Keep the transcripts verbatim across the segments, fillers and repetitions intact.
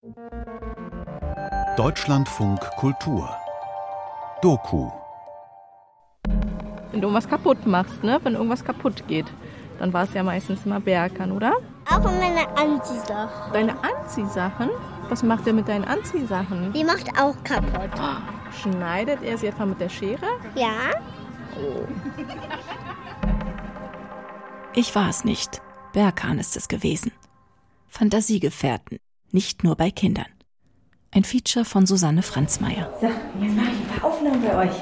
Deutschlandfunk Kultur Doku. Wenn du irgendwas kaputt machst, ne? Wenn irgendwas kaputt geht, dann war es ja meistens immer Berkan, oder? Auch meine Anziehsachen. Deine Anziehsachen? Was macht er mit deinen Anziehsachen? Die macht auch kaputt. Schneidet er sie etwa mit der Schere? Ja. Oh. Ich war es nicht. Berkan ist es gewesen. Fantasiegefährten, nicht nur bei Kindern. Ein Feature von Susanne Franzmeier. So, jetzt mache ich ein paar Aufnahmen bei euch.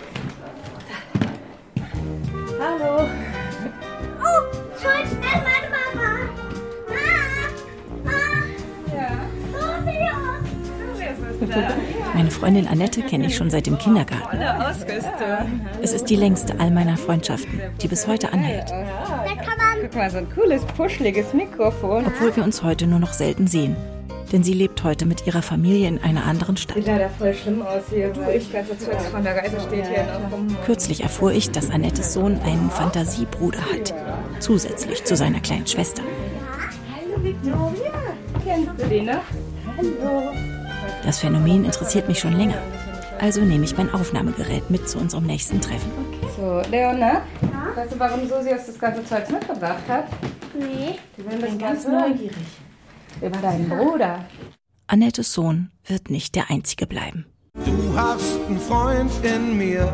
So. Hallo. Oh, schon schnell, meine Mama. Mama. Mama. Ja. Meine Freundin Annette kenne ich schon seit dem Kindergarten. Es ist die längste all meiner Freundschaften, die bis heute anhält. Da kann man... Guck mal, so ein cooles, puscheliges Mikrofon. Obwohl wir uns heute nur noch selten sehen. Denn sie lebt heute mit ihrer Familie in einer anderen Stadt. Sieht leider voll schlimm aus hier, weil ich ganz jetzt von der Reise steht hier noch rum. Kürzlich erfuhr ich, dass Annettes Sohn einen Fantasiebruder hat. Zusätzlich zu seiner kleinen Schwester. Hallo Victoria. Kennst du die noch? Hallo. Das Phänomen interessiert mich schon länger. Also nehme ich mein Aufnahmegerät mit zu unserem nächsten Treffen. Okay. So, Leona, ja? Weißt du, warum Susi uns das ganze Zeugs mitgebracht hat? Nee. Die will das ganz neugierig. Wer war dein Bruder? Annettes Sohn wird nicht der Einzige bleiben. Du hast einen Freund in mir.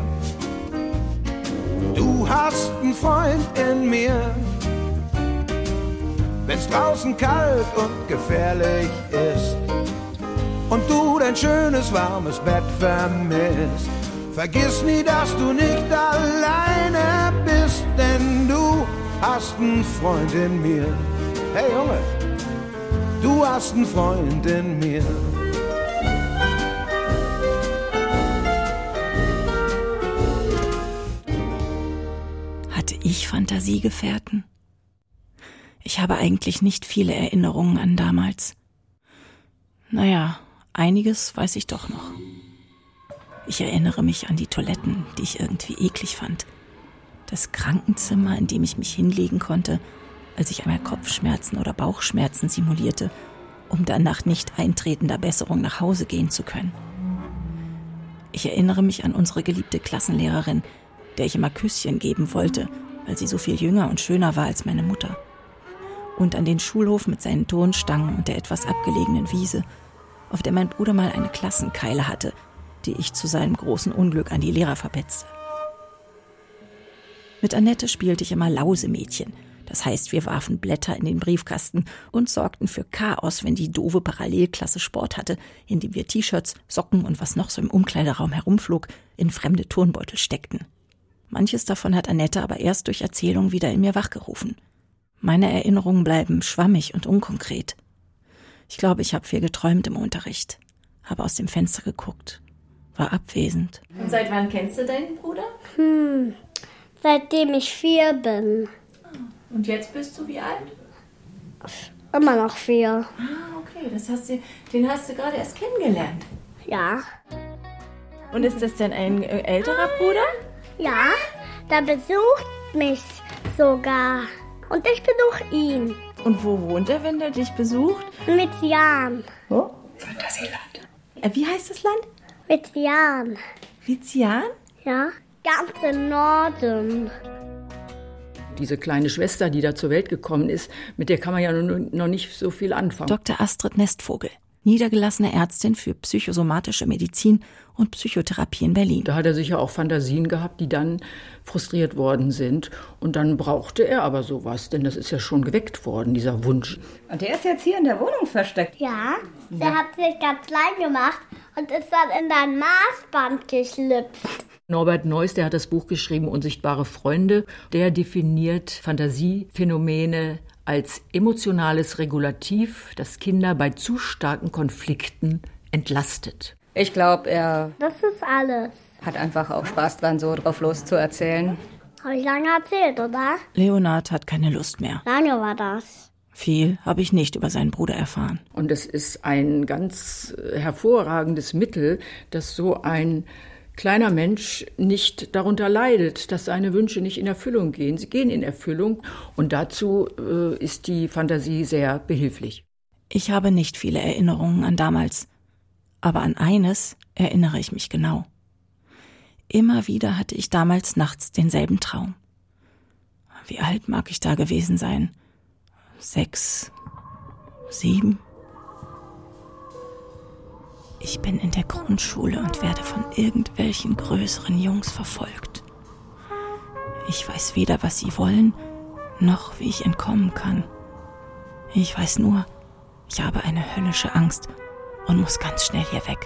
Du hast einen Freund in mir. Wenn's draußen kalt und gefährlich ist und du dein schönes, warmes Bett vermisst, vergiss nie, dass du nicht alleine bist, denn du hast einen Freund in mir. Hey Junge, du hast einen Freund in mir. Hatte ich Fantasiegefährten? Ich habe eigentlich nicht viele Erinnerungen an damals. Naja, einiges weiß ich doch noch. Ich erinnere mich an die Toiletten, die ich irgendwie eklig fand. Das Krankenzimmer, in dem ich mich hinlegen konnte, als ich einmal Kopfschmerzen oder Bauchschmerzen simulierte, um dann nach nicht eintretender Besserung nach Hause gehen zu können. Ich erinnere mich an unsere geliebte Klassenlehrerin, der ich immer Küsschen geben wollte, weil sie so viel jünger und schöner war als meine Mutter. Und an den Schulhof mit seinen Turnstangen und der etwas abgelegenen Wiese, auf der mein Bruder mal eine Klassenkeile hatte, die ich zu seinem großen Unglück an die Lehrer verpetzte. Mit Annette spielte ich immer Lausemädchen. Das heißt, wir warfen Blätter in den Briefkasten und sorgten für Chaos, wenn die doofe Parallelklasse Sport hatte, indem wir T-Shirts, Socken und was noch so im Umkleideraum herumflog, in fremde Turnbeutel steckten. Manches davon hat Annette aber erst durch Erzählung wieder in mir wachgerufen. Meine Erinnerungen bleiben schwammig und unkonkret. Ich glaube, ich habe viel geträumt im Unterricht, habe aus dem Fenster geguckt, war abwesend. Und seit wann kennst du deinen Bruder? Hm, seitdem ich vier bin. Und jetzt bist du wie alt? Immer noch vier. Ah, okay, das hast du, den hast du gerade erst kennengelernt. Ja. Und ist das denn ein äh, älterer Bruder? Ja, der besucht mich sogar. Und ich besuche ihn. Und wo wohnt er, wenn er dich besucht? Mit Jan. Wo? Fantasieland. Äh, wie heißt das Land? Mit Jan. Vizian? Ja, ganz im Norden. Diese kleine Schwester, die da zur Welt gekommen ist, mit der kann man ja noch nicht so viel anfangen. Doktor Astrid Nestvogel, niedergelassene Ärztin für psychosomatische Medizin und Psychotherapie in Berlin. Da hat er sicher auch Fantasien gehabt, die dann frustriert worden sind. Und dann brauchte er aber sowas, denn das ist ja schon geweckt worden, dieser Wunsch. Und der ist jetzt hier in der Wohnung versteckt. Ja, der ja. hat sich ganz klein gemacht und ist dann in dein Maßband geschlüpft. Norbert Neuss, der hat das Buch geschrieben, Unsichtbare Freunde. Der definiert Fantasiephänomene als emotionales Regulativ, das Kinder bei zu starken Konflikten entlastet. Ich glaube, er Das ist alles. hat einfach auch Spaß dran, so drauf loszuerzählen. Habe ich lange erzählt, oder? Leonhard hat keine Lust mehr. Lange war das. Viel habe ich nicht über seinen Bruder erfahren. Und es ist ein ganz hervorragendes Mittel, dass so ein kleiner Mensch nicht darunter leidet, dass seine Wünsche nicht in Erfüllung gehen. Sie gehen in Erfüllung und dazu äh, ist die Fantasie sehr behilflich. Ich habe nicht viele Erinnerungen an damals, aber an eines erinnere ich mich genau. Immer wieder hatte ich damals nachts denselben Traum. Wie alt mag ich da gewesen sein? Sechs, sieben? Ich bin in der Grundschule und werde von irgendwelchen größeren Jungs verfolgt. Ich weiß weder, was sie wollen, noch wie ich entkommen kann. Ich weiß nur, ich habe eine höllische Angst und muss ganz schnell hier weg.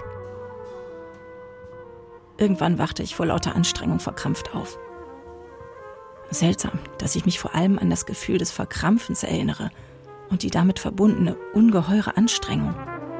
Irgendwann wachte ich vor lauter Anstrengung verkrampft auf. Seltsam, dass ich mich vor allem an das Gefühl des Verkrampfens erinnere und die damit verbundene ungeheure Anstrengung.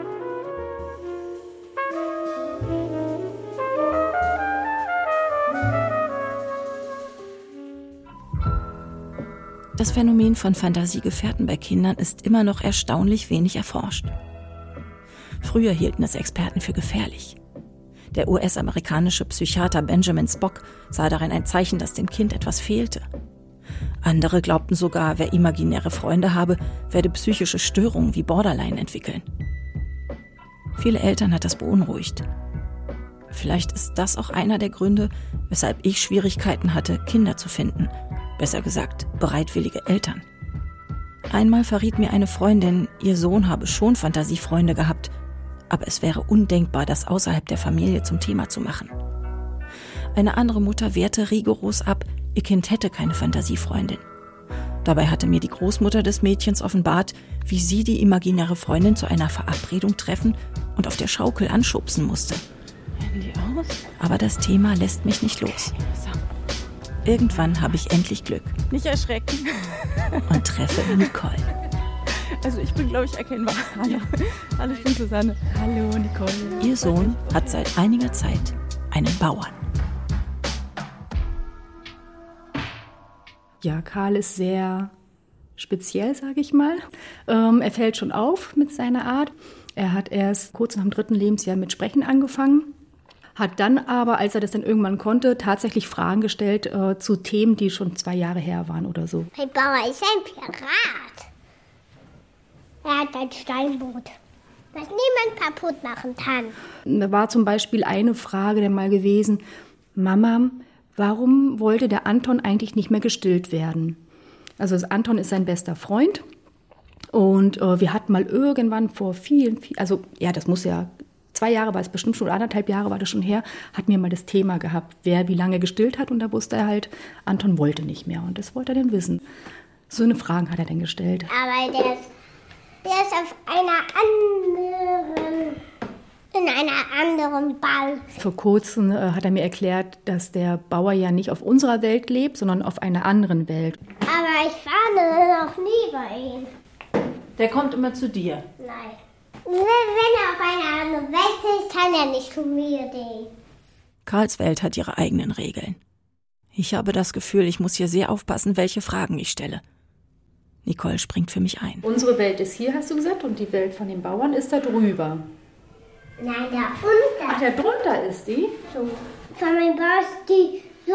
Das Phänomen von Fantasiegefährten bei Kindern ist immer noch erstaunlich wenig erforscht. Früher hielten es Experten für gefährlich. Der U S-amerikanische Psychiater Benjamin Spock sah darin ein Zeichen, dass dem Kind etwas fehlte. Andere glaubten sogar, wer imaginäre Freunde habe, werde psychische Störungen wie Borderline entwickeln. Viele Eltern hat das beunruhigt. Vielleicht ist das auch einer der Gründe, weshalb ich Schwierigkeiten hatte, Kinder zu finden. Besser gesagt, bereitwillige Eltern. Einmal verriet mir eine Freundin, ihr Sohn habe schon Fantasiefreunde gehabt, aber es wäre undenkbar, das außerhalb der Familie zum Thema zu machen. Eine andere Mutter wehrte rigoros ab, ihr Kind hätte keine Fantasiefreundin. Dabei hatte mir die Großmutter des Mädchens offenbart, wie sie die imaginäre Freundin zu einer Verabredung treffen und auf der Schaukel anschubsen musste. Aber das Thema lässt mich nicht los. Irgendwann habe ich endlich Glück. Nicht erschrecken. Und treffe Nicole. Also ich bin, glaube ich, erkennbar. Hallo. Hallo, ich bin Susanne. Hallo, Nicole. Ihr Sohn hat seit einiger Zeit einen Bauern. Ja, Karl ist sehr speziell, sage ich mal. Ähm, er fällt schon auf mit seiner Art. Er hat erst kurz nach dem dritten Lebensjahr mit Sprechen angefangen. Hat dann aber, als er das dann irgendwann konnte, tatsächlich Fragen gestellt äh, zu Themen, die schon zwei Jahre her waren oder so. Mein Bauer ist ein Pirat. Er hat ein Steinboot, das niemand kaputt machen kann. Da war zum Beispiel eine Frage dann mal gewesen: Mama, warum wollte der Anton eigentlich nicht mehr gestillt werden? Also das Anton ist sein bester Freund und äh, wir hatten mal irgendwann vor vielen, vielen, also ja, das muss ja Zwei Jahre war es bestimmt schon, oder anderthalb Jahre war das schon her, hat mir mal das Thema gehabt, wer wie lange gestillt hat. Und da wusste er halt, Anton wollte nicht mehr. Und das wollte er dann wissen. So eine Frage hat er dann gestellt. Aber der ist, der ist auf einer anderen, in einer anderen Ball. Vor kurzem äh, hat er mir erklärt, dass der Bauer ja nicht auf unserer Welt lebt, sondern auf einer anderen Welt. Aber ich war noch nie bei ihm. Der kommt immer zu dir? Nein. Wenn er auf einer anderen Welt ist, kann er nicht zu mir gehen. Karls Welt hat ihre eigenen Regeln. Ich habe das Gefühl, ich muss hier sehr aufpassen, welche Fragen ich stelle. Nicole springt für mich ein. Unsere Welt ist hier, hast du gesagt, und die Welt von den Bauern ist da drüber. Nein, da unten. Ach, da drunter ist die? So. Von meinem Bauer ist die so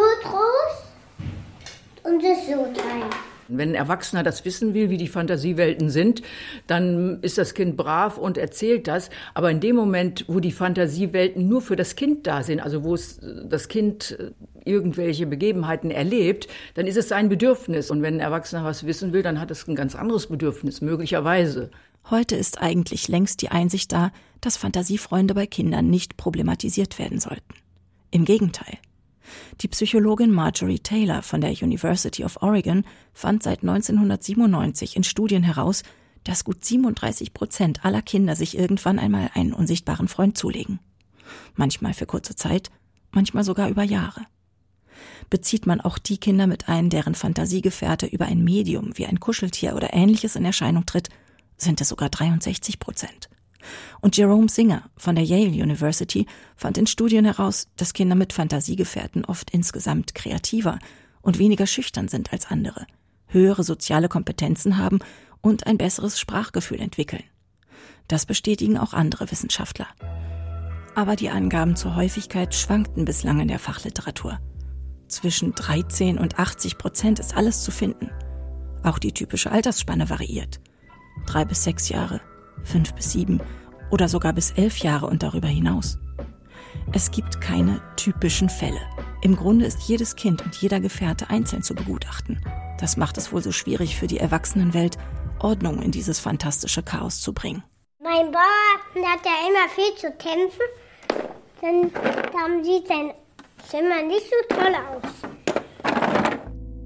groß und ist so klein. Wenn ein Erwachsener das wissen will, wie die Fantasiewelten sind, dann ist das Kind brav und erzählt das. Aber in dem Moment, wo die Fantasiewelten nur für das Kind da sind, also wo es das Kind irgendwelche Begebenheiten erlebt, dann ist es sein Bedürfnis. Und wenn ein Erwachsener was wissen will, dann hat es ein ganz anderes Bedürfnis, möglicherweise. Heute ist eigentlich längst die Einsicht da, dass Fantasiefreunde bei Kindern nicht problematisiert werden sollten. Im Gegenteil. Die Psychologin Marjorie Taylor von der University of Oregon fand seit neunzehnhundertsiebenundneunzig in Studien heraus, dass gut siebenunddreißig Prozent aller Kinder sich irgendwann einmal einen unsichtbaren Freund zulegen. Manchmal für kurze Zeit, manchmal sogar über Jahre. Bezieht man auch die Kinder mit ein, deren Fantasiegefährte über ein Medium wie ein Kuscheltier oder Ähnliches in Erscheinung tritt, sind es sogar dreiundsechzig Prozent. Und Jerome Singer von der Yale University fand in Studien heraus, dass Kinder mit Fantasiegefährten oft insgesamt kreativer und weniger schüchtern sind als andere, höhere soziale Kompetenzen haben und ein besseres Sprachgefühl entwickeln. Das bestätigen auch andere Wissenschaftler. Aber die Angaben zur Häufigkeit schwankten bislang in der Fachliteratur. Zwischen dreizehn und achtzig Prozent ist alles zu finden. Auch die typische Altersspanne variiert. Drei bis sechs Jahre, fünf bis sieben oder sogar bis elf Jahre und darüber hinaus. Es gibt keine typischen Fälle. Im Grunde ist jedes Kind und jeder Gefährte einzeln zu begutachten. Das macht es wohl so schwierig für die Erwachsenenwelt, Ordnung in dieses fantastische Chaos zu bringen. Mein Bauer hat ja immer viel zu kämpfen. Dann, dann sieht sein Zimmer nicht so toll aus.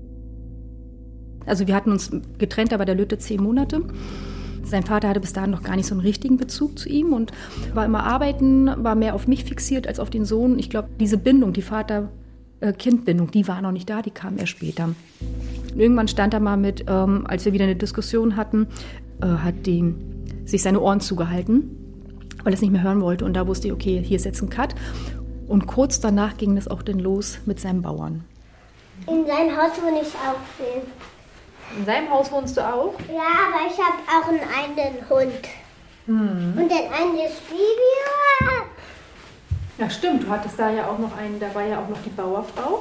Also wir hatten uns getrennt, aber der Lütte zehn Monate. Sein Vater hatte bis dahin noch gar nicht so einen richtigen Bezug zu ihm und war immer arbeiten, war mehr auf mich fixiert als auf den Sohn. Ich glaube, diese Bindung, die Vater-Kind-Bindung, die war noch nicht da, die kam erst später. Und irgendwann stand er mal mit, ähm, als wir wieder eine Diskussion hatten, äh, hat die, sich seine Ohren zugehalten, weil er es nicht mehr hören wollte. Und da wusste ich, okay, hier ist jetzt ein Cut. Und kurz danach ging das auch dann los mit seinem Bauern. In seinem Haus wohne ich auch viel. In seinem Haus wohnst du auch? Ja, aber ich habe auch einen eigenen Hund. Mhm. Und ein eigenes Baby. Ja, stimmt. Du hattest da ja auch noch einen, da war ja auch noch die Bauerfrau.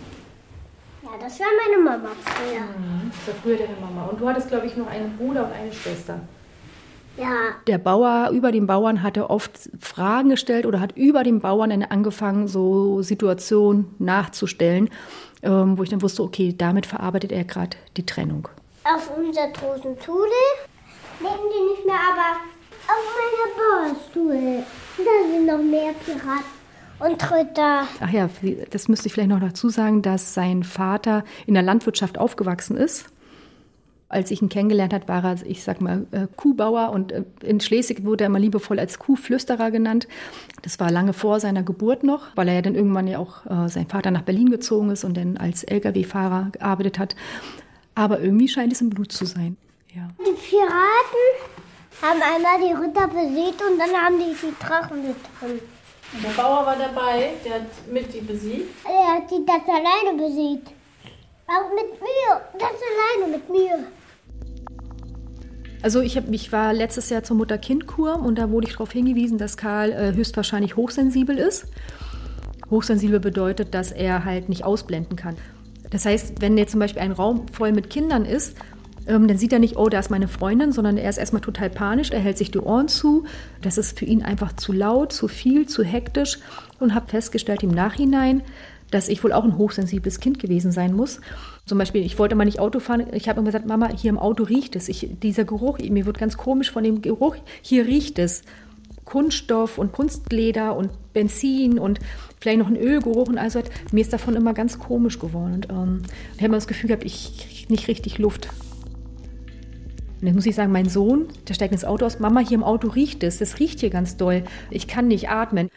Ja, das war meine Mama früher. Mhm. Das war früher deine Mama. Und du hattest, glaube ich, noch einen Bruder und eine Schwester. Ja. Der Bauer über den Bauern hatte oft Fragen gestellt oder hat über den Bauern dann angefangen, so Situationen nachzustellen, ähm, wo ich dann wusste, okay, damit verarbeitet er gerade die Trennung. Auf unserer großen Schule leben die nicht mehr, aber auf meiner Bauerstuhl. Da sind noch mehr Piraten und Ritter. Ach ja, das müsste ich vielleicht noch dazu sagen, dass sein Vater in der Landwirtschaft aufgewachsen ist. Als ich ihn kennengelernt habe, war er, ich sag mal, Kuhbauer und in Schleswig wurde er immer liebevoll als Kuhflüsterer genannt. Das war lange vor seiner Geburt noch, weil er ja dann irgendwann ja auch äh, sein Vater nach Berlin gezogen ist und dann als L K W-Fahrer gearbeitet hat. Aber irgendwie scheint es im Blut zu sein. Ja. Die Piraten haben einmal die Ritter besiegt und dann haben die die Drachen mit drin. Der Bauer war dabei, der hat mit die besiegt. Er hat die das alleine besiegt. Auch mit mir, das alleine mit mir. Also ich, hab, ich war letztes Jahr zur Mutter-Kind-Kur und da wurde ich darauf hingewiesen, dass Karl äh, höchstwahrscheinlich hochsensibel ist. Hochsensibel bedeutet, dass er halt nicht ausblenden kann. Das heißt, wenn jetzt zum Beispiel ein Raum voll mit Kindern ist, ähm, dann sieht er nicht, oh, da ist meine Freundin, sondern er ist erstmal total panisch, er hält sich die Ohren zu. Das ist für ihn einfach zu laut, zu viel, zu hektisch und habe festgestellt im Nachhinein, dass ich wohl auch ein hochsensibles Kind gewesen sein muss. Zum Beispiel, ich wollte mal nicht Auto fahren. Ich habe immer gesagt, Mama, hier im Auto riecht es. Ich, dieser Geruch, mir wird ganz komisch von dem Geruch. Hier riecht es. Kunststoff und Kunstleder und Benzin und vielleicht noch ein Ölgeruch und also mir ist davon immer ganz komisch geworden. Und ähm, ich habe immer das Gefühl gehabt, ich kriege nicht richtig Luft. Und dann muss ich sagen, mein Sohn, der steigt ins Auto aus. Mama, hier im Auto riecht es. Das riecht hier ganz doll. Ich kann nicht atmen.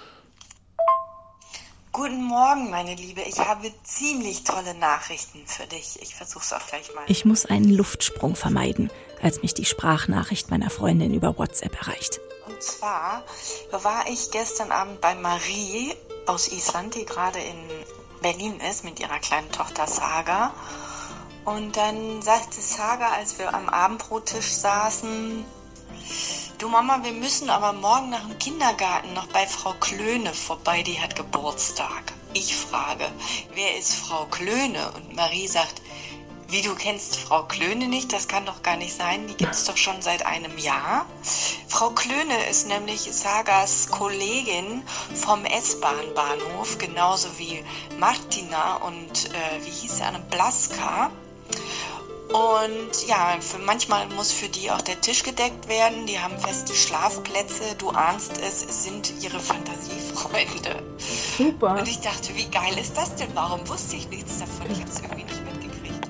Guten Morgen, meine Liebe. Ich habe ziemlich tolle Nachrichten für dich. Ich versuche es auch gleich mal. Ich muss einen Luftsprung vermeiden, als mich die Sprachnachricht meiner Freundin über WhatsApp erreicht. Und zwar war ich gestern Abend bei Marie aus Island, die gerade in Berlin ist mit ihrer kleinen Tochter Saga. Und dann sagte Saga, als wir am Abendbrottisch saßen: Du Mama, wir müssen aber morgen nach dem Kindergarten noch bei Frau Klöne vorbei, die hat Geburtstag. Ich frage, wer ist Frau Klöne? Und Marie sagt, wie, du kennst Frau Klöne nicht? Das kann doch gar nicht sein, die gibt es doch schon seit einem Jahr. Frau Klöne ist nämlich Sagas Kollegin vom S-Bahn-Bahnhof, genauso wie Martina und, äh, wie hieß sie, Anne Blaska. Und ja, für, manchmal muss für die auch der Tisch gedeckt werden. Die haben feste Schlafplätze. Du ahnst es, es sind ihre Fantasiefreunde. Super. Und ich dachte, wie geil ist das denn? Warum wusste ich nichts davon? Ich habe es irgendwie nicht mitgekriegt.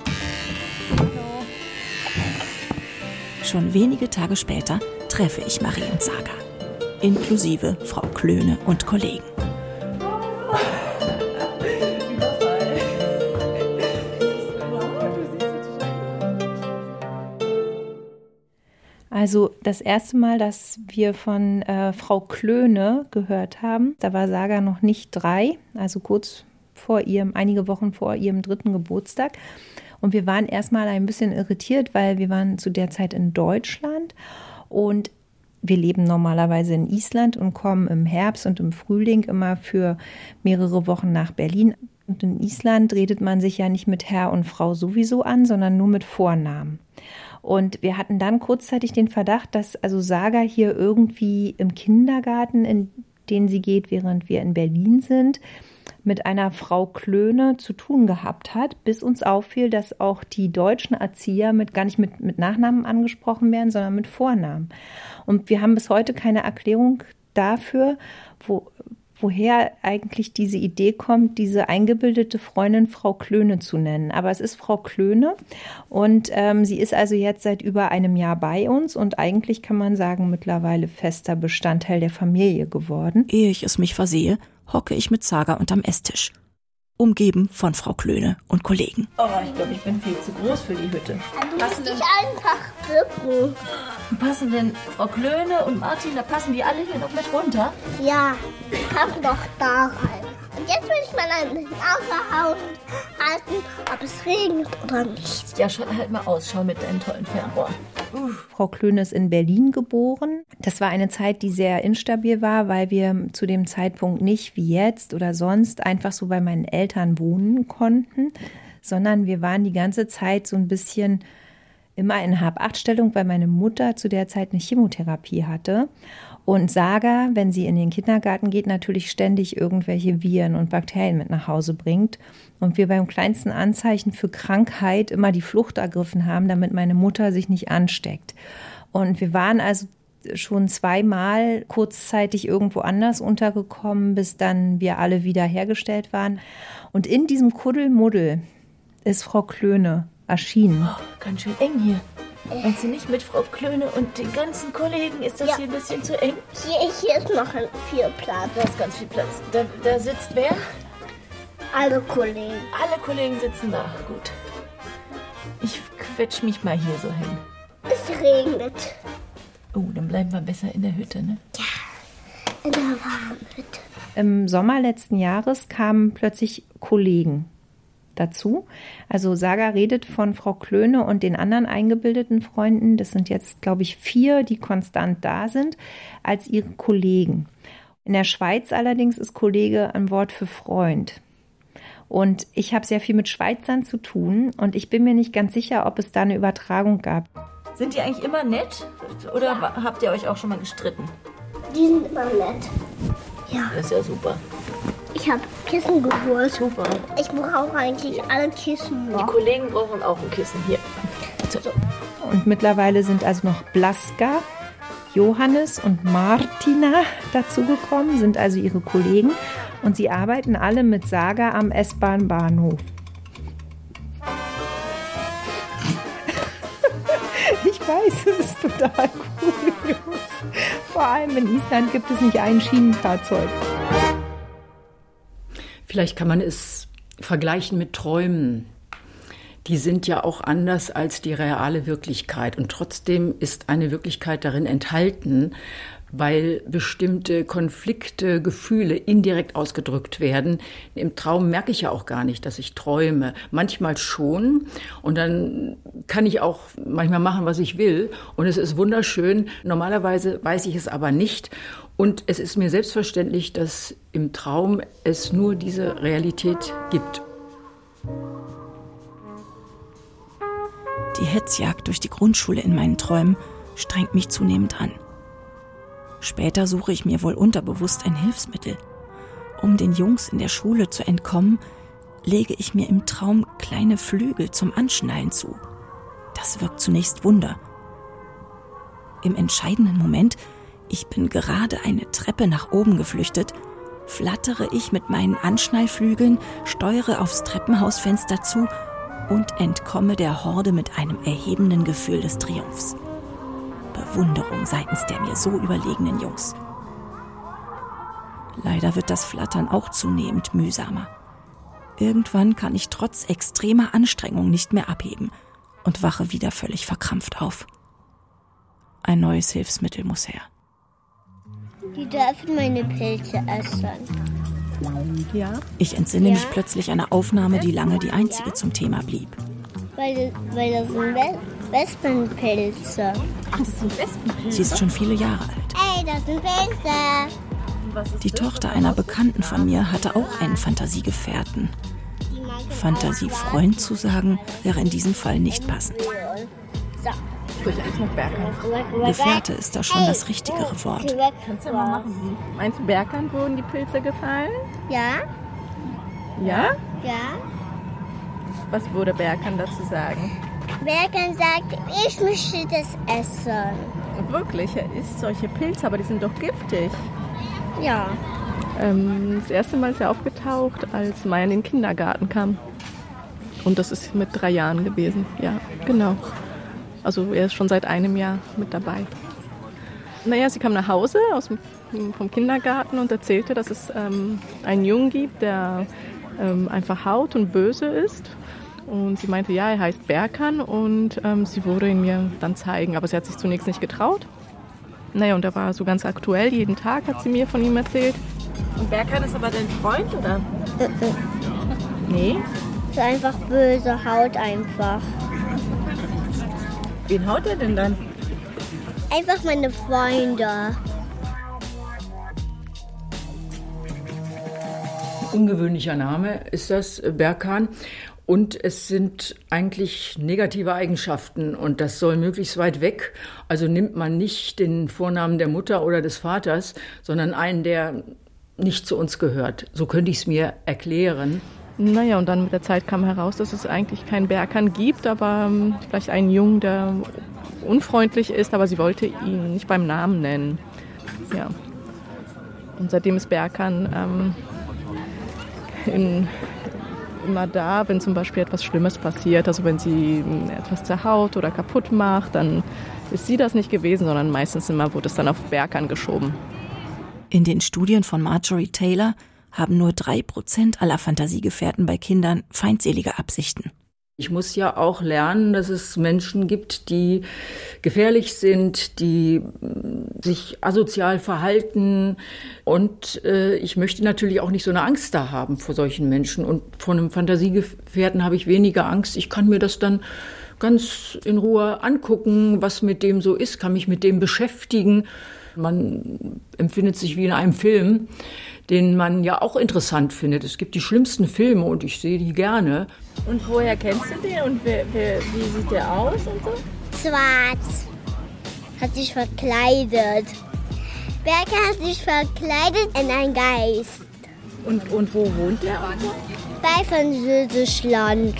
Schon wenige Tage später treffe ich Marie und Saga, inklusive Frau Klöne und Kollegen. Also das erste Mal, dass wir von äh, Frau Klöne gehört haben, da war Saga noch nicht drei, also kurz vor ihrem, einige Wochen vor ihrem dritten Geburtstag. Und wir waren erstmal ein bisschen irritiert, weil wir waren zu der Zeit in Deutschland und wir leben normalerweise in Island und kommen im Herbst und im Frühling immer für mehrere Wochen nach Berlin. Und in Island redet man sich ja nicht mit Herr und Frau sowieso an, sondern nur mit Vornamen. Und wir hatten dann kurzzeitig den Verdacht, dass also Saga hier irgendwie im Kindergarten, in den sie geht, während wir in Berlin sind, mit einer Frau Klöne zu tun gehabt hat, bis uns auffiel, dass auch die deutschen Erzieher mit, gar nicht mit, mit Nachnamen angesprochen werden, sondern mit Vornamen. Und wir haben bis heute keine Erklärung dafür, wo, woher eigentlich diese Idee kommt, diese eingebildete Freundin Frau Klöne zu nennen. Aber es ist Frau Klöne und ähm, sie ist also jetzt seit über einem Jahr bei uns und eigentlich kann man sagen, mittlerweile fester Bestandteil der Familie geworden. Ehe ich es mich versehe, hocke ich mit Saga unterm Esstisch, umgeben von Frau Klöne und Kollegen. Oh, ich glaube, ich bin viel zu groß für die Hütte. Du musst dich einfach bücken. Passen denn Frau Klöne und Martin, da passen die alle hier noch mit runter? Ja, passen doch da rein. Und jetzt will ich mal ein Auge halten, ob es regnet oder nicht. Ja, schau, halt mal aus, schau mit deinem tollen Fernrohr. Uff. Frau Klöne ist in Berlin geboren. Das war eine Zeit, die sehr instabil war, weil wir zu dem Zeitpunkt nicht wie jetzt oder sonst einfach so bei meinen Eltern wohnen konnten, sondern wir waren die ganze Zeit so ein bisschen immer in Hab-Acht-Stellung, weil meine Mutter zu der Zeit eine Chemotherapie hatte. Und Saga, wenn sie in den Kindergarten geht, natürlich ständig irgendwelche Viren und Bakterien mit nach Hause bringt. Und wir beim kleinsten Anzeichen für Krankheit immer die Flucht ergriffen haben, damit meine Mutter sich nicht ansteckt. Und wir waren also schon zweimal kurzzeitig irgendwo anders untergekommen, bis dann wir alle wieder hergestellt waren. Und in diesem Kuddelmuddel ist Frau Klöne erschienen. Oh, ganz schön eng hier. Meinst du nicht mit Frau Klöne und den ganzen Kollegen? Ist das ja hier ein bisschen zu eng? Hier, hier ist noch viel Platz. Da ist ganz viel Platz. Da, da sitzt wer? Alle Kollegen. Alle Kollegen sitzen da. Gut. Ich quetsch mich mal hier so hin. Es regnet. Oh, dann bleiben wir besser in der Hütte, ne? Ja, in der warmen Hütte. Im Sommer letzten Jahres kamen plötzlich Kollegen dazu. Also Saga redet von Frau Klöne und den anderen eingebildeten Freunden, das sind jetzt, glaube ich, vier, die konstant da sind, als ihre Kollegen. In der Schweiz allerdings ist Kollege ein Wort für Freund. Und ich habe sehr viel mit Schweizern zu tun und ich bin mir nicht ganz sicher, ob es da eine Übertragung gab. Sind die eigentlich immer nett oder ja. Habt ihr euch auch schon mal gestritten? Die sind immer nett. Ja. Das ist ja super. Ich habe Kissen geholt. Super. Ich brauche eigentlich alle Kissen noch. Die Kollegen brauchen auch ein Kissen. Hier. So. Und mittlerweile sind also noch Blaska, Johannes und Martina dazugekommen, sind also ihre Kollegen. Und sie arbeiten alle mit Saga am S-Bahn-Bahnhof. Ich weiß, es ist total cool. Vor allem in Island gibt es nicht ein Schienenfahrzeug. Vielleicht kann man es vergleichen mit Träumen. Die sind ja auch anders als die reale Wirklichkeit. Und trotzdem ist eine Wirklichkeit darin enthalten, weil bestimmte Konflikte, Gefühle indirekt ausgedrückt werden. Im Traum merke ich ja auch gar nicht, dass ich träume. Manchmal schon. Und dann kann ich auch manchmal machen, was ich will. Und es ist wunderschön. Normalerweise weiß ich es aber nicht. Und es ist mir selbstverständlich, dass im Traum es nur diese Realität gibt. Die Hetzjagd durch die Grundschule in meinen Träumen strengt mich zunehmend an. Später suche ich mir wohl unterbewusst ein Hilfsmittel. Um den Jungs in der Schule zu entkommen, lege ich mir im Traum kleine Flügel zum Anschnallen zu. Das wirkt zunächst Wunder. Im entscheidenden Moment, ich bin gerade eine Treppe nach oben geflüchtet, flattere ich mit meinen Anschnallflügeln, steuere aufs Treppenhausfenster zu und entkomme der Horde mit einem erhebenden Gefühl des Triumphs. Bewunderung seitens der mir so überlegenen Jungs. Leider wird das Flattern auch zunehmend mühsamer. Irgendwann kann ich trotz extremer Anstrengung nicht mehr abheben und wache wieder völlig verkrampft auf. Ein neues Hilfsmittel muss her. Die dürfen meine Pilze essen. Ja? Ich entsinne Ja? mich plötzlich einer Aufnahme, die lange die einzige zum Thema blieb. Weil, weil das sind We Wespenpilze. Ach, das sind Wespenpilze? Sie ist schon viele Jahre alt. Ey, das sind Pilze. Die Tochter einer Bekannten von mir hatte auch einen Fantasiegefährten. Fantasiefreund zu sagen, wäre in diesem Fall nicht passend. So. Soll ich eigentlich nach Berkan? Gefährte ist da schon das richtigere Wort. Kannst du mal machen. Meinst du, Berkan wurden die Pilze gefallen? Ja? Ja? Ja. Was würde Berkan dazu sagen? Berkan sagt, ich möchte das essen. Wirklich, er isst solche Pilze, aber die sind doch giftig. Ja. Ähm, das erste Mal ist er aufgetaucht, als Maya in den Kindergarten kam. Und das ist mit drei Jahren gewesen. Ja, genau. Also er ist schon seit einem Jahr mit dabei. Naja, sie kam nach Hause aus dem, vom Kindergarten und erzählte, dass es ähm, einen Jungen gibt, der ähm, einfach haut und böse ist. Und sie meinte, ja, er heißt Berkan und ähm, sie würde ihn mir dann zeigen. Aber sie hat sich zunächst nicht getraut. Naja, und er war so ganz aktuell. Jeden Tag hat sie mir von ihm erzählt. Und Berkan ist aber dein Freund, oder? Nee. Ist einfach böse, haut einfach. Wen haut er denn dann? Einfach meine Freunde. Ungewöhnlicher Name ist das, Berkan. Und es sind eigentlich negative Eigenschaften und das soll möglichst weit weg. Also nimmt man nicht den Vornamen der Mutter oder des Vaters, sondern einen, der nicht zu uns gehört. So könnte ich es mir erklären. Naja, und dann mit der Zeit kam heraus, dass es eigentlich keinen Berkan gibt, aber ähm, vielleicht einen Jungen, der unfreundlich ist, aber sie wollte ihn nicht beim Namen nennen. Ja. Und seitdem ist Berkan ähm, in, immer da, wenn zum Beispiel etwas Schlimmes passiert. Also wenn sie etwas zerhaut oder kaputt macht, dann ist sie das nicht gewesen, sondern meistens immer wurde es dann auf Berkan geschoben. In den Studien von Marjorie Taylor haben nur drei Prozent aller Fantasiegefährten bei Kindern feindselige Absichten. Ich muss ja auch lernen, dass es Menschen gibt, die gefährlich sind, die sich asozial verhalten. Und äh, ich möchte natürlich auch nicht so eine Angst da haben vor solchen Menschen. Und vor einem Fantasiegefährten habe ich weniger Angst. Ich kann mir das dann ganz in Ruhe angucken, was mit dem so ist, kann mich mit dem beschäftigen. Man empfindet sich wie in einem Film, den man ja auch interessant findet. Es gibt die schlimmsten Filme und ich sehe die gerne. Und woher kennst du den und wer, wer, wie sieht der aus und so? Schwarz. Hat sich verkleidet. Berkan hat sich verkleidet in einen Geist. Und, und wo wohnt der? Bei Französischland.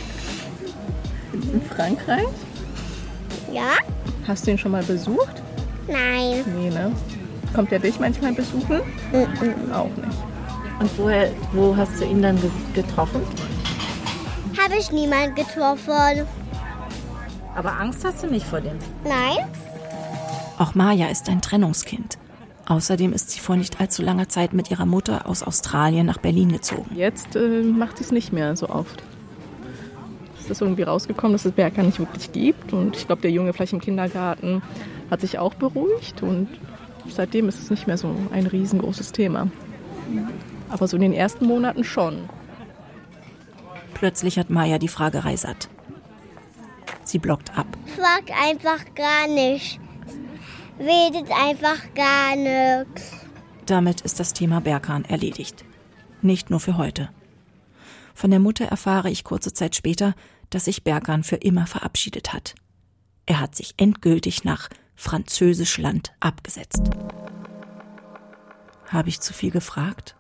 In Frankreich? Ja? Hast du ihn schon mal besucht? Nein. Nee, ne? Kommt er dich manchmal besuchen? Mm-mm. Auch nicht. Und woher, wo hast du ihn dann getroffen? Habe ich niemand getroffen. Aber Angst hast du nicht vor dem? Nein. Auch Maya ist ein Trennungskind. Außerdem ist sie vor nicht allzu langer Zeit mit ihrer Mutter aus Australien nach Berlin gezogen. Jetzt äh, macht sie es nicht mehr so oft. Es ist irgendwie rausgekommen, dass es Berkan nicht wirklich gibt. Und ich glaube, der Junge vielleicht im Kindergarten hat sich auch beruhigt. Und seitdem ist es nicht mehr so ein riesengroßes Thema. Aber so in den ersten Monaten schon. Plötzlich hat Maya die Fragerei satt. Sie blockt ab. Fragt einfach gar nicht. Redet einfach gar nichts. Damit ist das Thema Berkan erledigt. Nicht nur für heute. Von der Mutter erfahre ich kurze Zeit später, dass sich Berkan für immer verabschiedet hat. Er hat sich endgültig nach Französischland abgesetzt. Habe ich zu viel gefragt?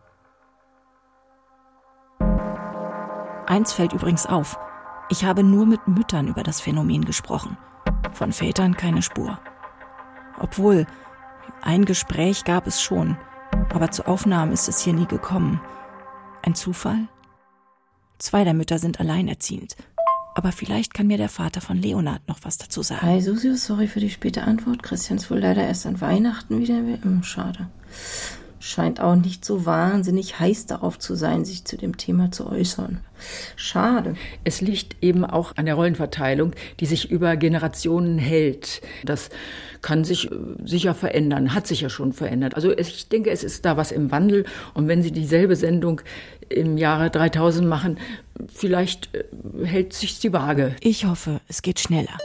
Eins fällt übrigens auf. Ich habe nur mit Müttern über das Phänomen gesprochen. Von Vätern keine Spur. Obwohl, ein Gespräch gab es schon, aber zu Aufnahmen ist es hier nie gekommen. Ein Zufall? Zwei der Mütter sind alleinerziehend. Aber vielleicht kann mir der Vater von Leonard noch was dazu sagen. Hi Susi, sorry für die späte Antwort. Christian ist wohl leider erst an Weihnachten wieder. Hm, schade. Scheint auch nicht so wahnsinnig heiß darauf zu sein, sich zu dem Thema zu äußern. Schade. Es liegt eben auch an der Rollenverteilung, die sich über Generationen hält. Das kann sich sicher verändern, hat sich ja schon verändert. Also ich denke, es ist da was im Wandel. Und wenn Sie dieselbe Sendung im Jahre dreitausend machen, vielleicht hält sich die Waage. Ich hoffe, es geht schneller.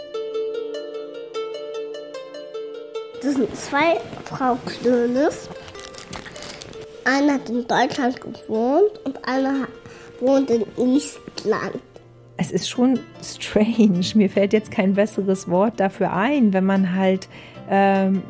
Das sind zwei Frau Klönes. Eine hat in Deutschland gewohnt und eine wohnt in Island. es ist schon strange. Mir fällt jetzt kein besseres Wort dafür ein, wenn man halt ähm,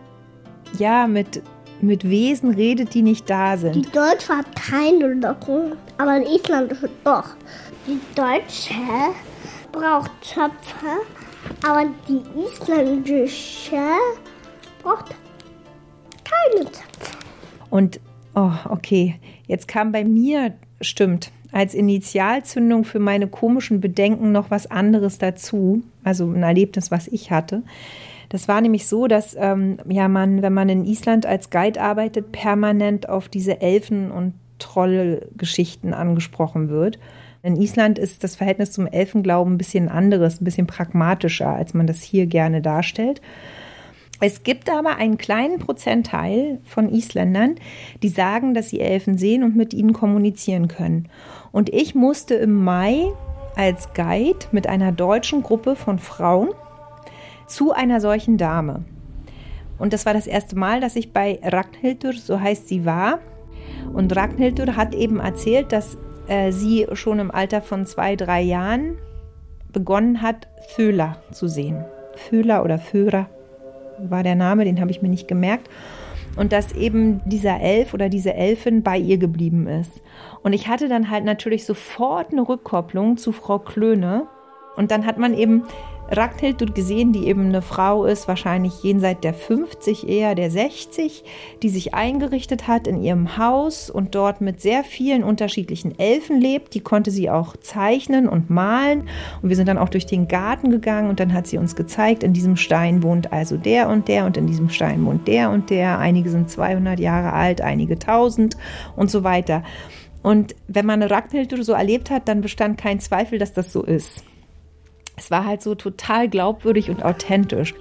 ja mit, mit Wesen redet, die nicht da sind. Die Deutsche hat keine Locken, aber in Island doch. Die Deutsche braucht Zöpfe, aber die isländische braucht keine Zöpfe. Und, oh, okay, jetzt kam bei mir, stimmt, als Initialzündung für meine komischen Bedenken noch was anderes dazu, also ein Erlebnis, was ich hatte. Das war nämlich so, dass ähm, ja man, wenn man in Island als Guide arbeitet, permanent auf diese Elfen- und Trollgeschichten angesprochen wird. In Island ist das Verhältnis zum Elfenglauben ein bisschen anderes, ein bisschen pragmatischer, als man das hier gerne darstellt. Es gibt aber einen kleinen Prozentteil von Isländern, die sagen, dass sie Elfen sehen und mit ihnen kommunizieren können. Und ich musste im Mai als Guide mit einer deutschen Gruppe von Frauen zu einer solchen Dame. Und das war das erste Mal, dass ich bei Ragnhildur, so heißt sie, war. Und Ragnhildur hat eben erzählt, dass äh, sie schon im Alter von zwei, drei Jahren begonnen hat, Föla zu sehen. Föla oder Föra war der Name, den habe ich mir nicht gemerkt. Und dass eben dieser Elf oder diese Elfin bei ihr geblieben ist. Und ich hatte dann halt natürlich sofort eine Rückkopplung zu Frau Klöne. Und dann hat man eben Ragnhildur gesehen, die eben eine Frau ist, wahrscheinlich jenseits der fünfzig, eher der sechzig, die sich eingerichtet hat in ihrem Haus und dort mit sehr vielen unterschiedlichen Elfen lebt. Die konnte sie auch zeichnen und malen. Und wir sind dann auch durch den Garten gegangen und dann hat sie uns gezeigt, in diesem Stein wohnt also der und der und in diesem Stein wohnt der und der. Einige sind zweihundert Jahre alt, einige tausend und so weiter. Und wenn man Ragnhildur so erlebt hat, dann bestand kein Zweifel, dass das so ist. Es war halt so total glaubwürdig und authentisch.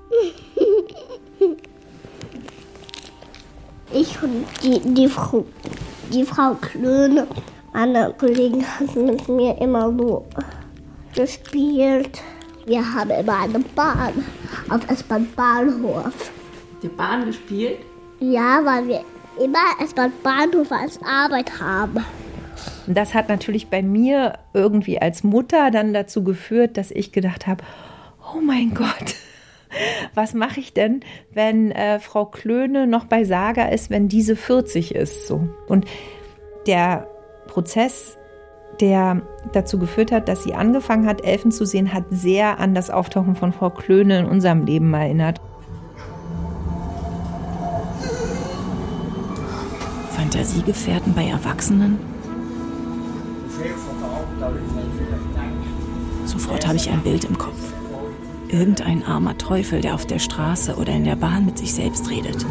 Ich und die, die, Frau, die Frau Klöne, meine Kollegen, hatten mit mir immer so gespielt. Wir haben immer eine Bahn auf S-Bahn-Bahnhof. Die Bahn gespielt? Ja, weil wir immer S-Bahn-Bahnhof als Arbeit haben. Und das hat natürlich bei mir irgendwie als Mutter dann dazu geführt, dass ich gedacht habe, oh mein Gott, was mache ich denn, wenn äh, Frau Klöne noch bei Saga ist, wenn diese vierzig ist? So. Und der Prozess, der dazu geführt hat, dass sie angefangen hat, Elfen zu sehen, hat sehr an das Auftauchen von Frau Klöne in unserem Leben erinnert. Fantasiegefährten bei Erwachsenen? Sofort habe ich ein Bild im Kopf. Irgendein armer Teufel, der auf der Straße oder in der Bahn mit sich selbst redet.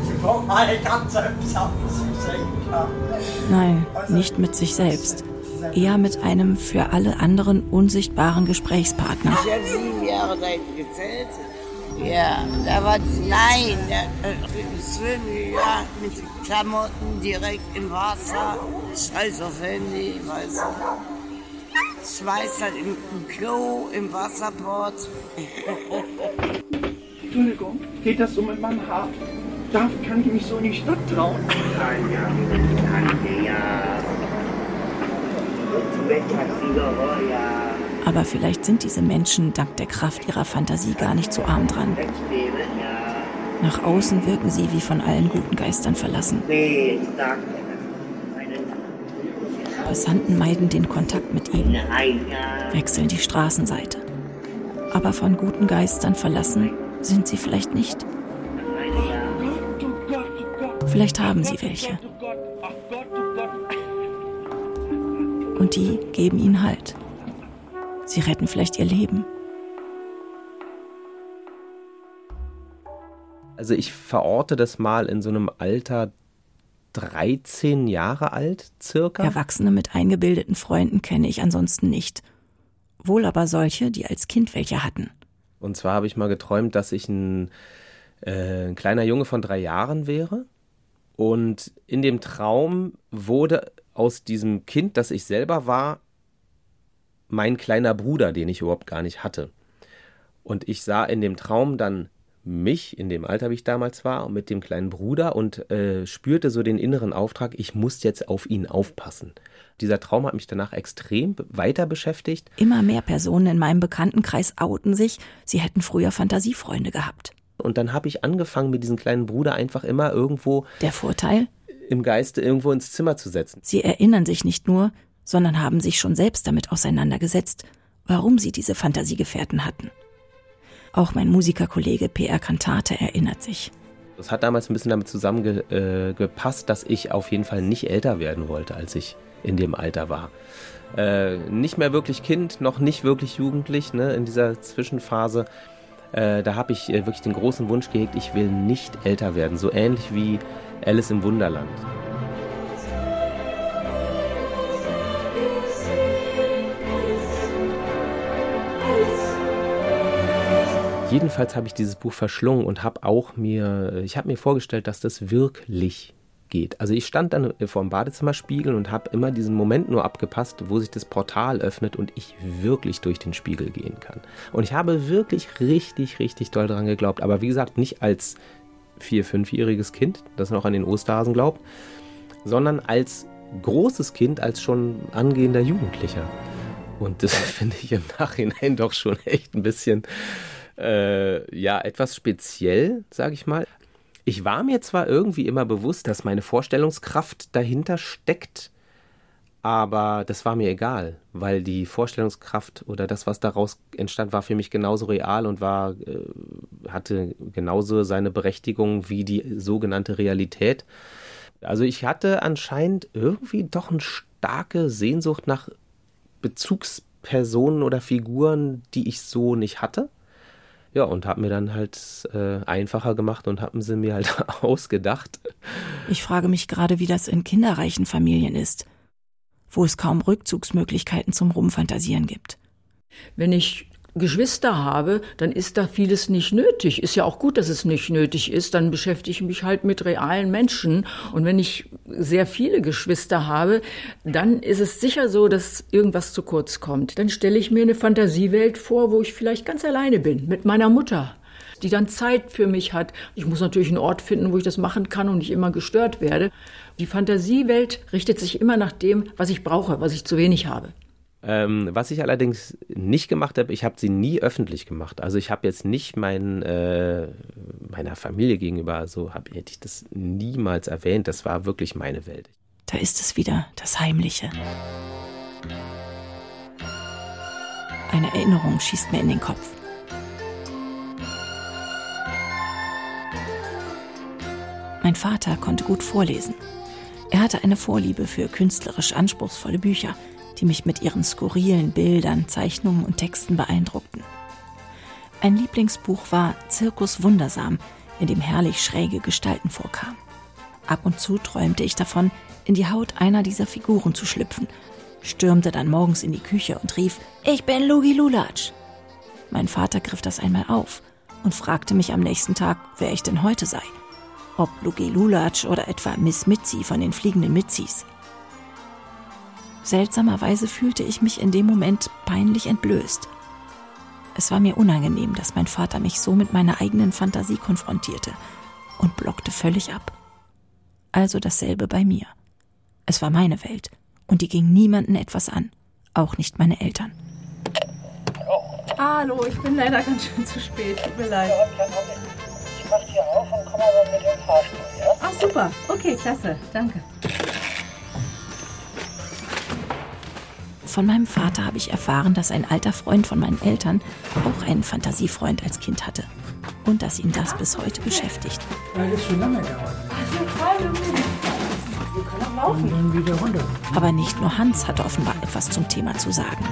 Nein, nicht mit sich selbst. Eher mit einem für alle anderen unsichtbaren Gesprächspartner. Ich habe sieben Jahre da gezählt. Ja, da war, nein, das Schwimmen, ja, mit Klamotten direkt im Wasser, scheiß auf Handy, weißt du. Schmeiß halt im, im Klo, im Wasserport. Entschuldigung, geht das so mit meinem Haar? Darf, kann ich mich so in die Stadt trauen? Nein, ja, danke, ja. Aber vielleicht sind diese Menschen dank der Kraft ihrer Fantasie gar nicht so arm dran. Nach außen wirken sie wie von allen guten Geistern verlassen. Passanten meiden den Kontakt mit ihnen, wechseln die Straßenseite. Aber von guten Geistern verlassen sind sie vielleicht nicht. Vielleicht haben sie welche. Und die geben ihnen Halt. Sie retten vielleicht ihr Leben. Also ich verorte das mal in so einem Alter dreizehn Jahre alt, circa. Erwachsene mit eingebildeten Freunden kenne ich ansonsten nicht. Wohl aber solche, die als Kind welche hatten. Und zwar habe ich mal geträumt, dass ich ein, äh, ein kleiner Junge von drei Jahren wäre. Und in dem Traum wurde aus diesem Kind, das ich selber war, mein kleiner Bruder, den ich überhaupt gar nicht hatte. Und ich sah in dem Traum dann mich in dem Alter, wie ich damals war, mit dem kleinen Bruder und äh, spürte so den inneren Auftrag, ich muss jetzt auf ihn aufpassen. Dieser Traum hat mich danach extrem weiter beschäftigt. Immer mehr Personen in meinem Bekanntenkreis outen sich, sie hätten früher Fantasiefreunde gehabt. Und dann habe ich angefangen, mit diesem kleinen Bruder einfach immer irgendwo... Der Vorteil? Im Geiste irgendwo ins Zimmer zu setzen. Sie erinnern sich nicht nur, sondern haben sich schon selbst damit auseinandergesetzt, warum sie diese Fantasiegefährten hatten. Auch mein Musikerkollege P R Cantate erinnert sich. Das hat damals ein bisschen damit zusammengepasst, dass ich auf jeden Fall nicht älter werden wollte, als ich in dem Alter war. Äh, nicht mehr wirklich Kind, noch nicht wirklich jugendlich, ne, in dieser Zwischenphase. Äh, da habe ich äh, wirklich den großen Wunsch gehegt, ich will nicht älter werden, so ähnlich wie Alice im Wunderland. Jedenfalls habe ich dieses Buch verschlungen und habe auch mir, ich habe mir vorgestellt, dass das wirklich geht. Also ich stand dann vor dem Badezimmerspiegel und habe immer diesen Moment nur abgepasst, wo sich das Portal öffnet und ich wirklich durch den Spiegel gehen kann. Und ich habe wirklich richtig, richtig doll dran geglaubt. Aber wie gesagt, nicht als vier-, fünfjähriges Kind, das noch an den Osterhasen glaubt, sondern als großes Kind, als schon angehender Jugendlicher. Und das finde ich im Nachhinein doch schon echt ein bisschen... Äh, ja, etwas speziell, sage ich mal. Ich war mir zwar irgendwie immer bewusst, dass meine Vorstellungskraft dahinter steckt, aber das war mir egal, weil die Vorstellungskraft oder das, was daraus entstand, war für mich genauso real und war, äh, hatte genauso seine Berechtigung wie die sogenannte Realität. Also ich hatte anscheinend irgendwie doch eine starke Sehnsucht nach Bezugspersonen oder Figuren, die ich so nicht hatte. Ja, und habe mir dann halt äh, einfacher gemacht und haben sie mir halt ausgedacht. Ich frage mich gerade, wie das in kinderreichen Familien ist, wo es kaum Rückzugsmöglichkeiten zum Rumfantasieren gibt. Wenn ich Geschwister habe, dann ist da vieles nicht nötig. Ist ja auch gut, dass es nicht nötig ist. Dann beschäftige ich mich halt mit realen Menschen. Und wenn ich sehr viele Geschwister habe, dann ist es sicher so, dass irgendwas zu kurz kommt. Dann stelle ich mir eine Fantasiewelt vor, wo ich vielleicht ganz alleine bin, mit meiner Mutter, die dann Zeit für mich hat. Ich muss natürlich einen Ort finden, wo ich das machen kann und nicht immer gestört werde. Die Fantasiewelt richtet sich immer nach dem, was ich brauche, was ich zu wenig habe. Ähm, was ich allerdings nicht gemacht habe, ich habe sie nie öffentlich gemacht. Also ich habe jetzt nicht mein, äh, meiner Familie gegenüber, so hab, hätte ich das niemals erwähnt. Das war wirklich meine Welt. Da ist es wieder, das Heimliche. Eine Erinnerung schießt mir in den Kopf. Mein Vater konnte gut vorlesen. Er hatte eine Vorliebe für künstlerisch anspruchsvolle Bücher, die mich mit ihren skurrilen Bildern, Zeichnungen und Texten beeindruckten. Ein Lieblingsbuch war Zirkus Wundersam, in dem herrlich schräge Gestalten vorkamen. Ab und zu träumte ich davon, in die Haut einer dieser Figuren zu schlüpfen, stürmte dann morgens in die Küche und rief, ich bin Lugi Lulatsch. Mein Vater griff das einmal auf und fragte mich am nächsten Tag, wer ich denn heute sei. Ob Lugi Lulatsch oder etwa Miss Mitzi von den fliegenden Mitzis. Seltsamerweise fühlte ich mich in dem Moment peinlich entblößt. Es war mir unangenehm, dass mein Vater mich so mit meiner eigenen Fantasie konfrontierte und blockte völlig ab. Also dasselbe bei mir. Es war meine Welt und die ging niemanden etwas an, auch nicht meine Eltern. Hallo, ich bin leider ganz schön zu spät, tut mir leid. Ich mach hier auf und komm aber mit dem Fahrstuhl, ja? Ach super, okay, klasse, danke. Von meinem Vater habe ich erfahren, dass ein alter Freund von meinen Eltern auch einen Fantasiefreund als Kind hatte und dass ihn das bis heute beschäftigt. Weil es schon lange dauert. Wir können auch laufen. Und dann wieder runter. Aber nicht nur Hans hatte offenbar etwas zum Thema zu sagen.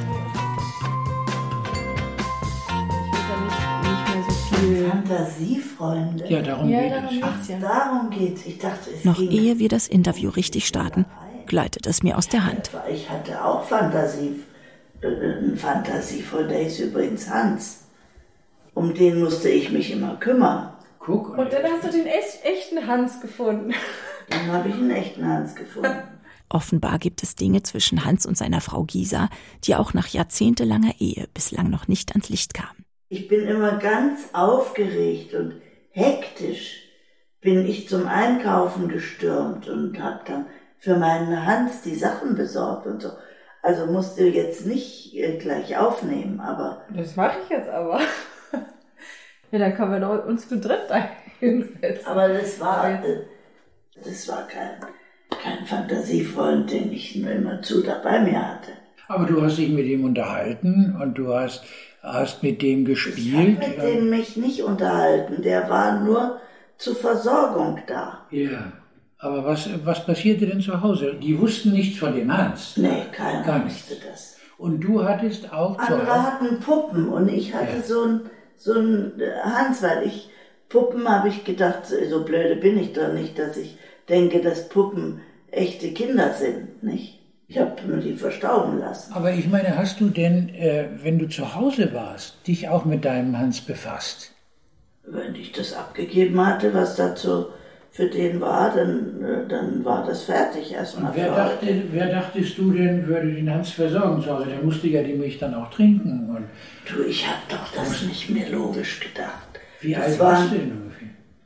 Fantasiefreunde. Ja, darum ja, geht darum es. Ach, ja. darum geht's. Ich dachte, es Noch ging ehe wir das Interview richtig starten, gleitet es mir aus der Hand. Ich hatte auch Fantasie, äh, einen Fantasiefreund, der ist übrigens Hans. Um den musste ich mich immer kümmern. Guck. Und dann hast du den echt, echten Hans gefunden. Dann habe ich einen echten Hans gefunden. Offenbar gibt es Dinge zwischen Hans und seiner Frau Gisa, die auch nach jahrzehntelanger Ehe bislang noch nicht ans Licht kamen. Ich bin immer ganz aufgeregt und hektisch bin ich zum Einkaufen gestürmt und habe dann für meinen Hans die Sachen besorgt und so. Also musste jetzt nicht äh, gleich aufnehmen, aber... Das mache ich jetzt aber. Ja, dann können wir doch uns zu dritt da hinsetzen. Aber das war, äh, das war kein, kein Fantasiefreund, den ich nur immer zu dabei mir hatte. Aber du hast dich mit ihm unterhalten und du hast, hast mit dem gespielt. Ich habe mit dem mich nicht unterhalten, der war nur zur Versorgung da. Ja, aber was, was passierte denn zu Hause? Die wussten nichts von dem Hans? Nee, keiner Gar wusste das. Und du hattest auch... Andere hatten Puppen und ich hatte ja. so ein so ein Hans, weil ich Puppen habe ich gedacht, so blöde bin ich doch nicht, dass ich denke, dass Puppen echte Kinder sind, nicht? Ich habe nur die verstauben lassen. Aber ich meine, hast du denn, äh, wenn du zu Hause warst, dich auch mit deinem Hans befasst? Wenn ich das abgegeben hatte, was dazu für den war, dann, dann war das fertig erstmal. Und wer, dachte, wer dachtest du denn, würde den Hans versorgen zu Hause? Der musste ja die Milch dann auch trinken. Und du, ich habe doch das nicht mehr logisch gedacht. Wie das alt warst du denn ungefähr?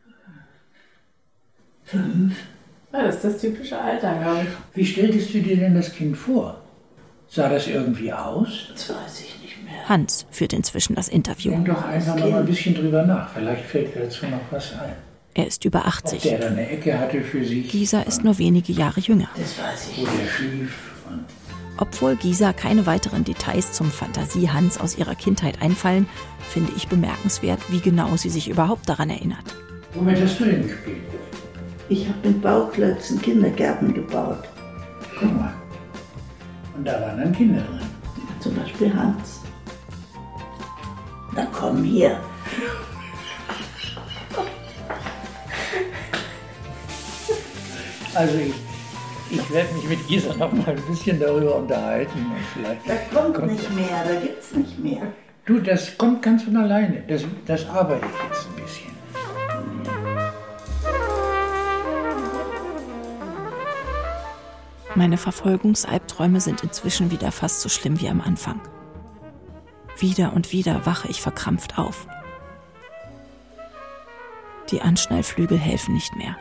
Fünf. Ja, das ist das typische Alter, glaube ich. Wie stelltest du dir denn das Kind vor? Sah das irgendwie aus? Das weiß ich nicht mehr. Hans führt inzwischen das Interview. Denk doch einfach noch mal ein bisschen drüber nach. Vielleicht fällt dazu noch was ein. Er ist über achtzig. Ob der da eine Ecke hatte für sich. Gisa ist nur wenige Jahre jünger. Das weiß ich. Wo der schlief. Obwohl Gisa keine weiteren Details zum Fantasie-Hans aus ihrer Kindheit einfallen, finde ich bemerkenswert, wie genau sie sich überhaupt daran erinnert. Womit hast du denn gespielt? Ich habe mit Bauklötzen Kindergärten gebaut. Guck mal. Und da waren dann Kinder drin. Zum Beispiel Hans. Na komm hier. Also ich, ich werde mich mit Gisa noch mal ein bisschen darüber unterhalten. Und vielleicht da kommt, kommt nicht mehr, da gibt's nicht mehr. Du, das kommt ganz von alleine. Das, das arbeite ich jetzt ein bisschen. Meine Verfolgungsalbträume sind inzwischen wieder fast so schlimm wie am Anfang. Wieder und wieder wache ich verkrampft auf. Die Anschnallflügel helfen nicht mehr.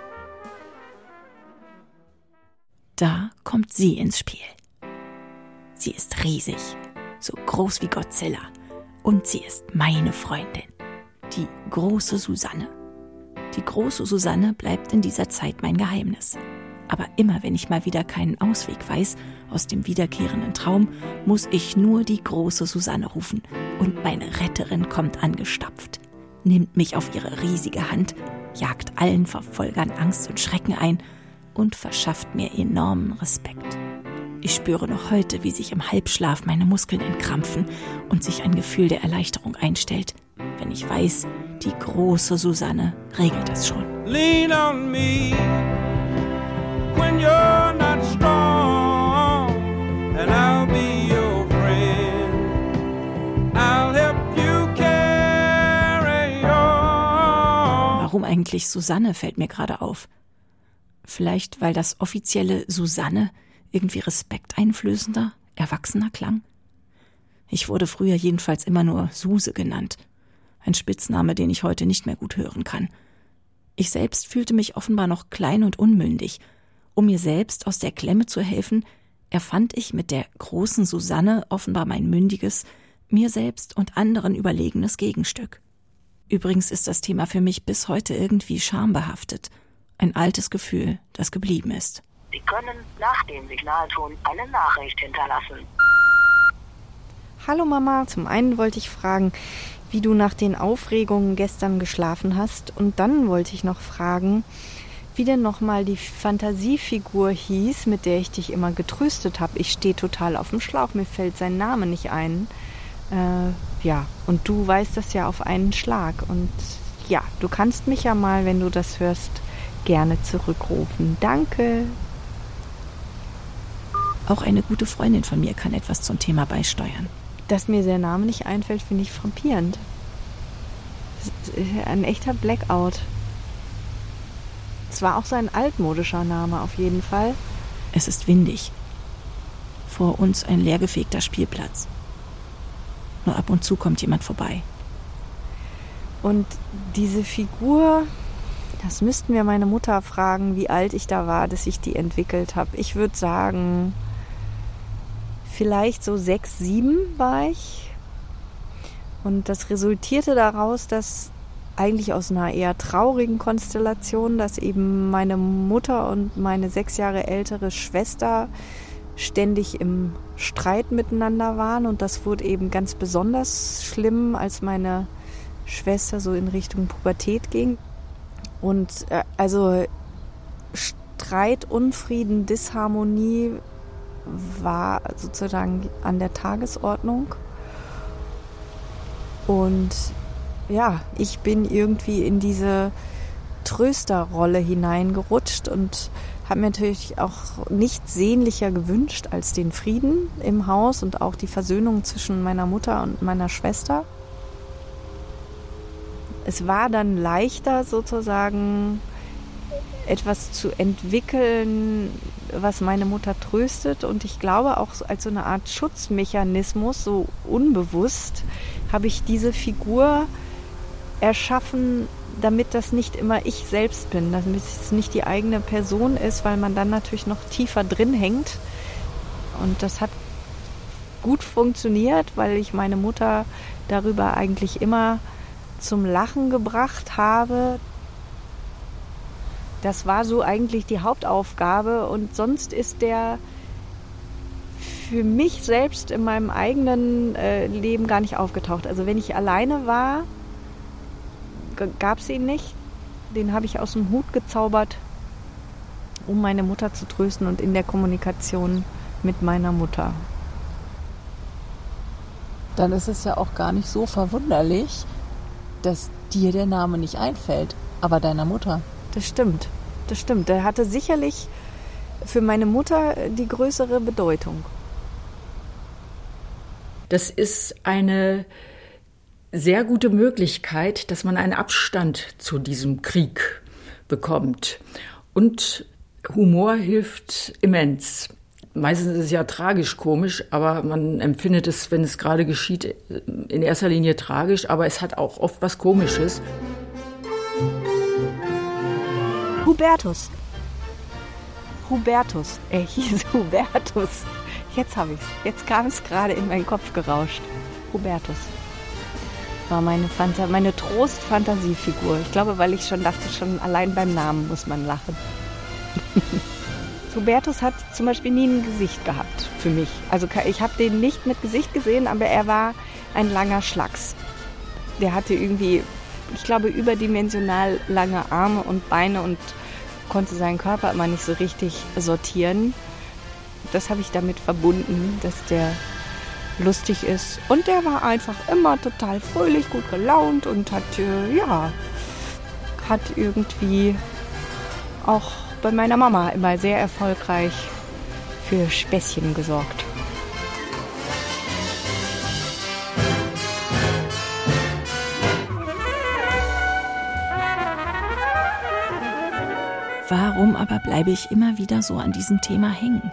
Da kommt sie ins Spiel. Sie ist riesig, so groß wie Godzilla. Und sie ist meine Freundin, die große Susanne. Die große Susanne bleibt in dieser Zeit mein Geheimnis. Aber immer wenn ich mal wieder keinen Ausweg weiß aus dem wiederkehrenden Traum, muss ich nur die große Susanne rufen. Und meine Retterin kommt angestapft, nimmt mich auf ihre riesige Hand, jagt allen Verfolgern Angst und Schrecken ein und verschafft mir enormen Respekt. Ich spüre noch heute, wie sich im Halbschlaf meine Muskeln entkrampfen und sich ein Gefühl der Erleichterung einstellt, wenn ich weiß, die große Susanne regelt das schon. Lean on me when you're not strong, and I'll be your friend. I'll help you carry on. Warum eigentlich Susanne, fällt mir gerade auf. Vielleicht, weil das offizielle Susanne irgendwie respekteinflößender, erwachsener klang? Ich wurde früher jedenfalls immer nur Suse genannt. Ein Spitzname, den ich heute nicht mehr gut hören kann. Ich selbst fühlte mich offenbar noch klein und unmündig. Um mir selbst aus der Klemme zu helfen, erfand ich mit der großen Susanne offenbar mein mündiges, mir selbst und anderen überlegenes Gegenstück. Übrigens ist das Thema für mich bis heute irgendwie schambehaftet. Ein altes Gefühl, das geblieben ist. Sie können nach dem Signalton eine Nachricht hinterlassen. Hallo Mama, zum einen wollte ich fragen, wie du nach den Aufregungen gestern geschlafen hast. Und dann wollte ich noch fragen, wie denn nochmal die Fantasiefigur hieß, mit der ich dich immer getröstet habe. Ich stehe total auf dem Schlauch, mir fällt sein Name nicht ein. Äh, ja, und du weißt das ja auf einen Schlag. Und ja, du kannst mich ja mal, wenn du das hörst, gerne zurückrufen. Danke. Auch eine gute Freundin von mir kann etwas zum Thema beisteuern. Dass mir der Name nicht einfällt, finde ich frappierend. Das ist ein echter Blackout. Es war auch so ein altmodischer Name auf jeden Fall. Es ist windig. Vor uns ein leergefegter Spielplatz. Nur ab und zu kommt jemand vorbei. Und diese Figur, das müssten wir meine Mutter fragen, wie alt ich da war, dass ich die entwickelt habe. Ich würde sagen, vielleicht so sechs, sieben war ich. Und das resultierte daraus, dass eigentlich aus einer eher traurigen Konstellation, dass eben meine Mutter und meine sechs Jahre ältere Schwester ständig im Streit miteinander waren. Und das wurde eben ganz besonders schlimm, als meine Schwester so in Richtung Pubertät ging. Und äh, also Streit, Unfrieden, Disharmonie war sozusagen an der Tagesordnung. Und ja, ich bin irgendwie in diese Trösterrolle hineingerutscht und habe mir natürlich auch nichts sehnlicher gewünscht als den Frieden im Haus und auch die Versöhnung zwischen meiner Mutter und meiner Schwester. Es war dann leichter sozusagen etwas zu entwickeln, was meine Mutter tröstet. Und ich glaube auch als so eine Art Schutzmechanismus, so unbewusst, habe ich diese Figur erschaffen, damit das nicht immer ich selbst bin, damit es nicht die eigene Person ist, weil man dann natürlich noch tiefer drin hängt. Und das hat gut funktioniert, weil ich meine Mutter darüber eigentlich immer zum Lachen gebracht habe. Das war so eigentlich die Hauptaufgabe und sonst ist der für mich selbst in meinem eigenen äh, Leben gar nicht aufgetaucht. Also wenn ich alleine war, g- gab es ihn nicht. Den habe ich aus dem Hut gezaubert, um meine Mutter zu trösten und in der Kommunikation mit meiner Mutter. Dann ist es ja auch gar nicht so verwunderlich, dass dir der Name nicht einfällt, aber deiner Mutter. Das stimmt, das stimmt. Der hatte sicherlich für meine Mutter die größere Bedeutung. Das ist eine sehr gute Möglichkeit, dass man einen Abstand zu diesem Krieg bekommt. Und Humor hilft immens. Meistens ist es ja tragisch-komisch, aber man empfindet es, wenn es gerade geschieht, in erster Linie tragisch, aber es hat auch oft was Komisches. Hubertus. Hubertus. Er hieß Hubertus. Jetzt habe ich es. Jetzt kam es gerade in meinen Kopf gerauscht. Hubertus. War meine, Phanta- meine Trost-Fantasiefigur. Ich glaube, weil ich schon dachte, schon allein beim Namen muss man lachen. Hubertus hat zum Beispiel nie ein Gesicht gehabt für mich. Also ich habe den nicht mit Gesicht gesehen, aber er war ein langer Schlacks. Der hatte irgendwie, ich glaube, überdimensional lange Arme und Beine und konnte seinen Körper immer nicht so richtig sortieren. Das habe ich damit verbunden, dass der lustig ist. Und der war einfach immer total fröhlich, gut gelaunt und hat, äh, ja, hat irgendwie auch bei meiner Mama immer sehr erfolgreich für Späßchen gesorgt. Warum aber bleibe ich immer wieder so an diesem Thema hängen?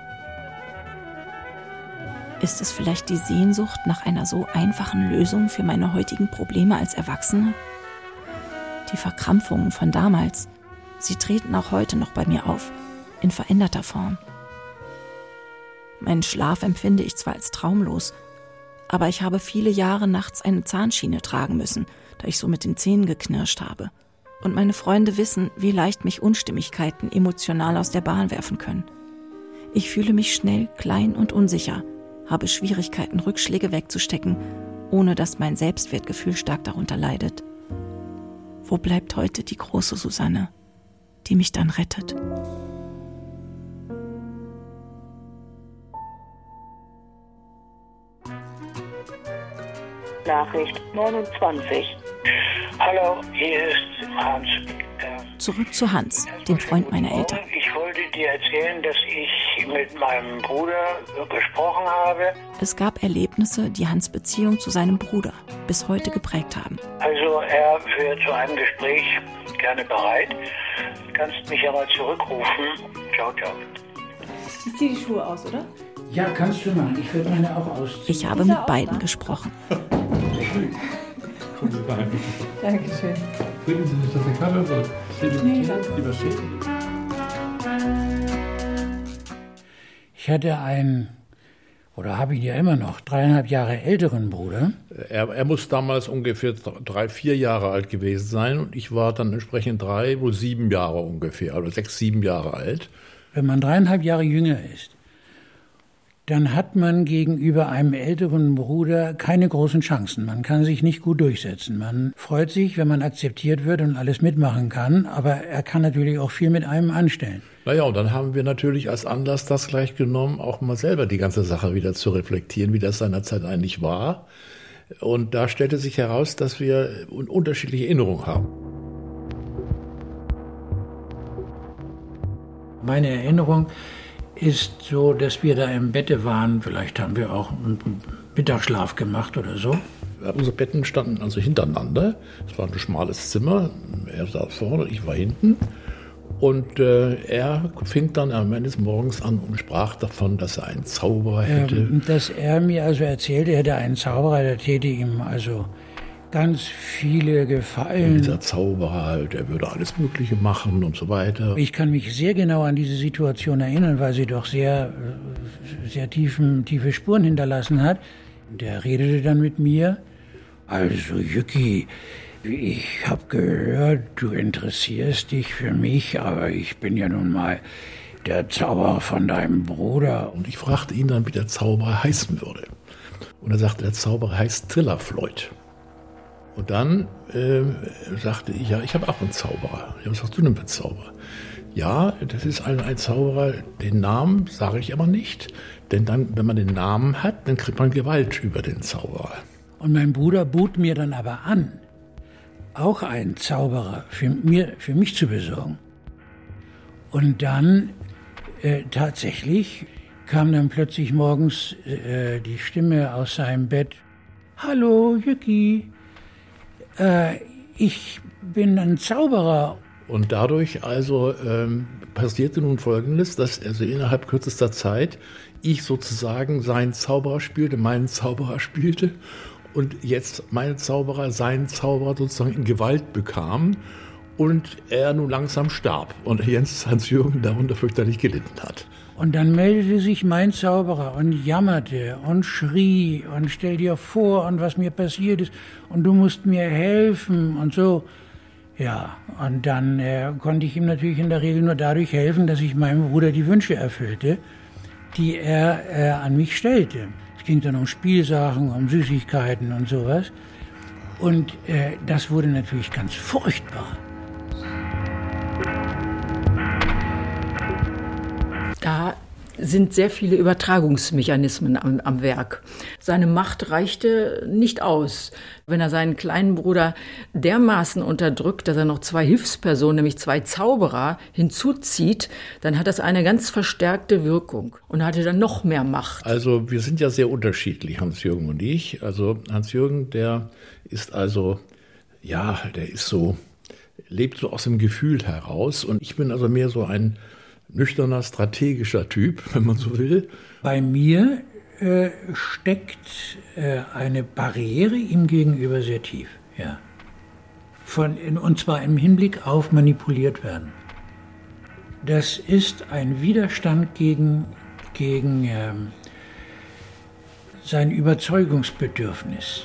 Ist es vielleicht die Sehnsucht nach einer so einfachen Lösung für meine heutigen Probleme als Erwachsene? Die Verkrampfungen von damals, sie treten auch heute noch bei mir auf, in veränderter Form. Meinen Schlaf empfinde ich zwar als traumlos, aber ich habe viele Jahre nachts eine Zahnschiene tragen müssen, da ich so mit den Zähnen geknirscht habe. Und meine Freunde wissen, wie leicht mich Unstimmigkeiten emotional aus der Bahn werfen können. Ich fühle mich schnell klein und unsicher, habe Schwierigkeiten, Rückschläge wegzustecken, ohne dass mein Selbstwertgefühl stark darunter leidet. Wo bleibt heute die große Susanne, die mich dann rettet? Nachricht neunundzwanzig. Hallo, hier ist Hans. Zurück zu Hans, dem Freund meiner Eltern. Ich wollte dir erzählen, dass ich mit meinem Bruder gesprochen habe. Es gab Erlebnisse, die Hans' Beziehung zu seinem Bruder bis heute geprägt haben. Also er wäre zu einem Gespräch gerne bereit. Du kannst mich ja mal zurückrufen. Ciao, ciao. Ich zieh die Schuhe aus, oder? Ja, kannst du machen. Ich würde meine auch ausziehen. Ich habe mit beiden gesprochen. Dankeschön. Trinken Sie sich das in Kaffee oder? Nee, danke. Lieber Tee. Ich hatte einen, oder habe ich ja immer noch, dreieinhalb Jahre älteren Bruder. Er, er muss damals ungefähr drei, vier Jahre alt gewesen sein und ich war dann entsprechend drei, wohl sieben Jahre ungefähr, oder sechs, sieben Jahre alt. Wenn man dreieinhalb Jahre jünger ist, dann hat man gegenüber einem älteren Bruder keine großen Chancen. Man kann sich nicht gut durchsetzen. Man freut sich, wenn man akzeptiert wird und alles mitmachen kann, aber er kann natürlich auch viel mit einem anstellen. Naja, und dann haben wir natürlich als Anlass das gleich genommen, auch mal selber die ganze Sache wieder zu reflektieren, wie das seinerzeit eigentlich war. Und da stellte sich heraus, dass wir unterschiedliche Erinnerungen haben. Meine Erinnerung ist so, dass wir da im Bette waren. Vielleicht haben wir auch einen Mittagsschlaf gemacht oder so. Unsere Betten standen also hintereinander. Es war ein schmales Zimmer. Er saß vorne, ich war hinten. Und äh, er fing dann am Ende des Morgens an und sprach davon, dass er einen Zauberer hätte. Ähm, dass er mir also erzählte, er hätte einen Zauberer, der täte ihm also ganz viele Gefallen. Und dieser Zauberer, der würde alles Mögliche machen und so weiter. Ich kann mich sehr genau an diese Situation erinnern, weil sie doch sehr, sehr tiefen, tiefe Spuren hinterlassen hat. Der redete dann mit mir. Also Jücki, ich habe gehört, du interessierst dich für mich, aber ich bin ja nun mal der Zauberer von deinem Bruder. Und ich fragte ihn dann, wie der Zauberer heißen würde. Und er sagte, der Zauberer heißt Trillerfleut. Und dann äh, sagte ich, ja, ich habe auch einen Zauberer. Ja, was sagst du denn für ein Zauberer? Ja, das ist ein, ein Zauberer, den Namen sage ich aber nicht. Denn dann, wenn man den Namen hat, dann kriegt man Gewalt über den Zauberer. Und mein Bruder bot mir dann aber an, auch einen Zauberer für, mir, für mich zu besorgen. Und dann äh, tatsächlich kam dann plötzlich morgens äh, die Stimme aus seinem Bett. Hallo, Jücki. Äh, ich bin ein Zauberer. Und dadurch also ähm, passierte nun Folgendes, dass also innerhalb kürzester Zeit ich sozusagen seinen Zauberer spielte, meinen Zauberer spielte und jetzt mein Zauberer seinen Zauberer sozusagen in Gewalt bekam und er nun langsam starb und Jens Hans-Jürgen darunter fürchterlich gelitten hat. Und dann meldete sich mein Zauberer und jammerte und schrie und stell dir vor und was mir passiert ist und du musst mir helfen und so. Ja, und dann äh, konnte ich ihm natürlich in der Regel nur dadurch helfen, dass ich meinem Bruder die Wünsche erfüllte, die er äh, an mich stellte. Es ging dann um Spielsachen, um Süßigkeiten und sowas. Und äh, das wurde natürlich ganz furchtbar. Da sind sehr viele Übertragungsmechanismen am, am Werk. Seine Macht reichte nicht aus. Wenn er seinen kleinen Bruder dermaßen unterdrückt, dass er noch zwei Hilfspersonen, nämlich zwei Zauberer, hinzuzieht, dann hat das eine ganz verstärkte Wirkung und hatte dann noch mehr Macht. Also wir sind ja sehr unterschiedlich, Hans-Jürgen und ich. Also Hans-Jürgen, der ist also, ja, der ist so, lebt so aus dem Gefühl heraus und ich bin also mehr so ein nüchterner, strategischer Typ, wenn man so will. Bei mir äh, steckt äh, eine Barriere ihm gegenüber sehr tief, ja. Von, in, und zwar im Hinblick auf manipuliert werden. Das ist ein Widerstand gegen, gegen ähm, sein Überzeugungsbedürfnis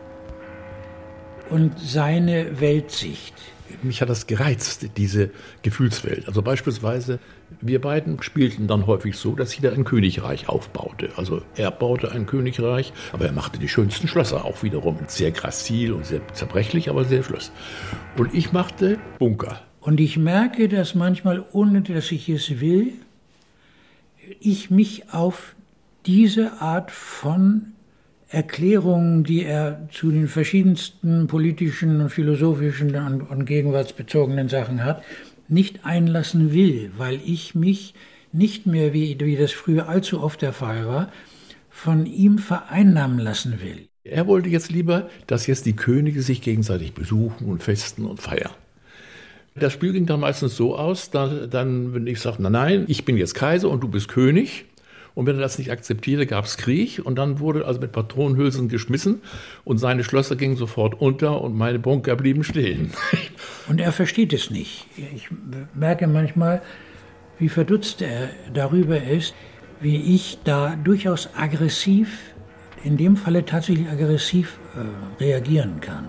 und seine Weltsicht. Mich hat das gereizt, diese Gefühlswelt. Also beispielsweise, wir beiden spielten dann häufig so, dass jeder ein Königreich aufbaute. Also er baute ein Königreich, aber er machte die schönsten Schlösser auch wiederum. Sehr grazil und sehr zerbrechlich, aber sehr schloss. Und ich machte Bunker. Und ich merke, dass manchmal, ohne dass ich es will, ich mich auf diese Art von Erklärungen, die er zu den verschiedensten politischen, philosophischen und, und gegenwartsbezogenen Sachen hat, nicht einlassen will, weil ich mich nicht mehr, wie, wie das früher allzu oft der Fall war, von ihm vereinnahmen lassen will. Er wollte jetzt lieber, dass jetzt die Könige sich gegenseitig besuchen und festen und feiern. Das Spiel ging dann meistens so aus, dass, dann, wenn ich sagte, nein, nein, ich bin jetzt Kaiser und du bist König, Und wenn er das nicht akzeptierte, gab es Krieg und dann wurde also mit Patronenhülsen geschmissen und seine Schlösser gingen sofort unter und meine Bunker blieben stehen. Und er versteht es nicht. Ich merke manchmal, wie verdutzt er darüber ist, wie ich da durchaus aggressiv, in dem Falle tatsächlich aggressiv äh, reagieren kann.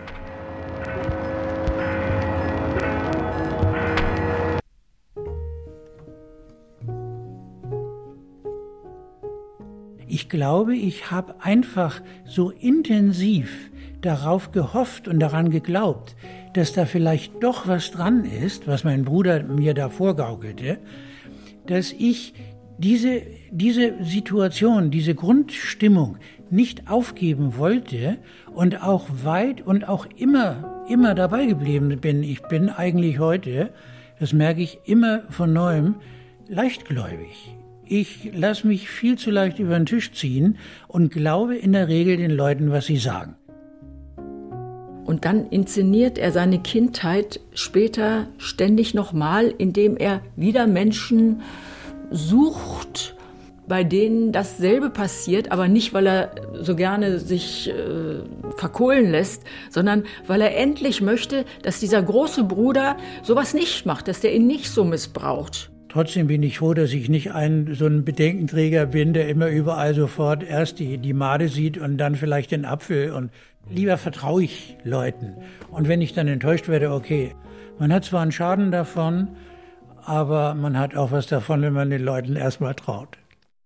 Ich glaube, ich habe einfach so intensiv darauf gehofft und daran geglaubt, dass da vielleicht doch was dran ist, was mein Bruder mir da vorgaukelte, dass ich diese, diese Situation, diese Grundstimmung nicht aufgeben wollte und auch weit und auch immer, immer dabei geblieben bin. Ich bin eigentlich heute, das merke ich immer von Neuem, leichtgläubig. Ich lasse mich viel zu leicht über den Tisch ziehen und glaube in der Regel den Leuten, was sie sagen. Und dann inszeniert er seine Kindheit später ständig nochmal, indem er wieder Menschen sucht, bei denen dasselbe passiert, aber nicht, weil er so gerne sich äh, verkohlen lässt, sondern weil er endlich möchte, dass dieser große Bruder sowas nicht macht, dass der ihn nicht so missbraucht. Trotzdem bin ich froh, dass ich nicht ein, so ein Bedenkenträger bin, der immer überall sofort erst die, die Made sieht und dann vielleicht den Apfel. Und lieber vertraue ich Leuten. Und wenn ich dann enttäuscht werde, okay. Man hat zwar einen Schaden davon, aber man hat auch was davon, wenn man den Leuten erstmal traut.